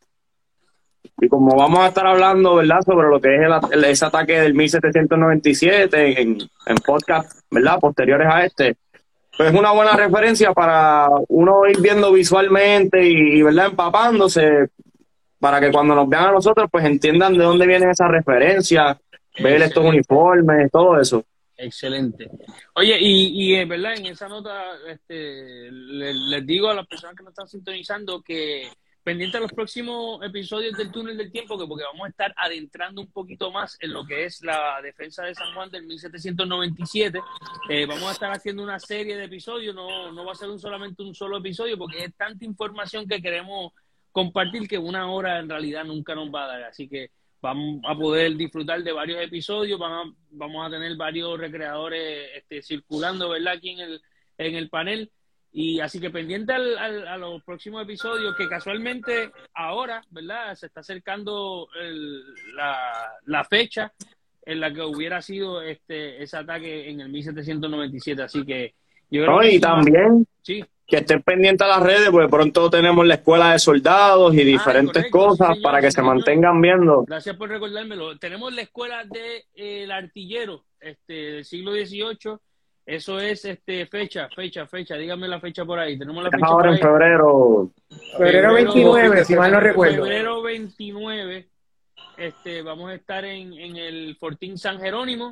Y como vamos a estar hablando, ¿verdad?, sobre lo que es el, el, ese ataque del mil setecientos noventa y siete en, en podcast, ¿verdad?, posteriores a este, pues es una buena referencia para uno ir viendo visualmente y, ¿verdad?, empapándose, para que cuando nos vean a nosotros, pues entiendan de dónde vienen esas referencias, ver estos uniformes, todo eso. Excelente. Oye, y, y verdad, en esa nota este, les, les digo a las personas que nos están sintonizando que pendiente a los próximos episodios del Túnel del Tiempo, que porque vamos a estar adentrando un poquito más en lo que es la defensa de San Juan del mil setecientos noventa y siete. Eh, vamos a estar haciendo una serie de episodios, no, no va a ser un, solamente un solo episodio, porque es tanta información que queremos compartir que una hora en realidad nunca nos va a dar. Así que vamos a poder disfrutar de varios episodios, vamos a, vamos a tener varios recreadores este, circulando, ¿verdad?, aquí en el, en el panel. Y así que pendiente al, al, a los próximos episodios, que casualmente ahora, ¿verdad?, se está acercando el, la, la fecha en la que hubiera sido este ese ataque en el mil setecientos noventa y siete. Así que yo creo No, que y también sí. que estén pendientes a las redes, porque pronto tenemos la escuela de soldados y diferentes ah, correcto, cosas, sí, señor, para que sí, se señor. mantengan viendo. Gracias por recordármelo. Tenemos la escuela de eh, el artillero este, del siglo dieciocho. Eso es este fecha, fecha, fecha. Dígame la fecha por ahí. Tenemos la Es fecha ahora por en ahí. febrero. Febrero veintinueve, si mal no recuerdo. Febrero veintinueve. Este, vamos a estar en, en el Fortín San Jerónimo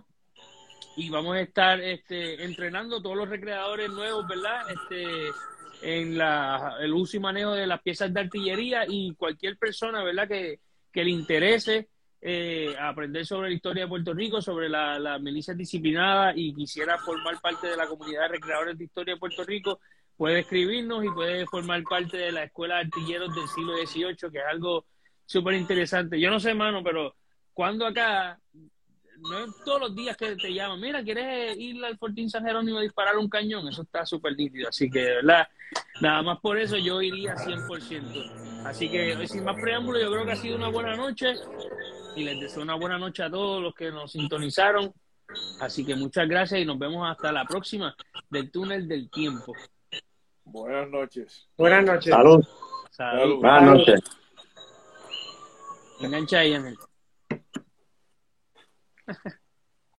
y vamos a estar este, entrenando todos los recreadores nuevos, ¿verdad? Este, en la, el uso y manejo de las piezas de artillería, y cualquier persona, ¿verdad?, que, que le interese eh, aprender sobre la historia de Puerto Rico, sobre las la milicias disciplinadas y quisiera formar parte de la comunidad de recreadores de historia de Puerto Rico, puede escribirnos y puede formar parte de la Escuela de Artilleros del siglo dieciocho, que es algo súper interesante. Yo no sé, mano, pero cuando acá, no es todos los días que te llaman, mira, ¿quieres ir al Fortín San Jerónimo a disparar un cañón? Eso está súper nítido, así que, de verdad, nada más por eso yo iría cien por ciento. Así que, sin más preámbulo, yo creo que ha sido una buena noche y les deseo una buena noche a todos los que nos sintonizaron. Así que muchas gracias y nos vemos hasta la próxima del Túnel del Tiempo. Buenas noches. Buenas noches. Salud. Salud. Buenas noches. Engancha ahí, Ángel.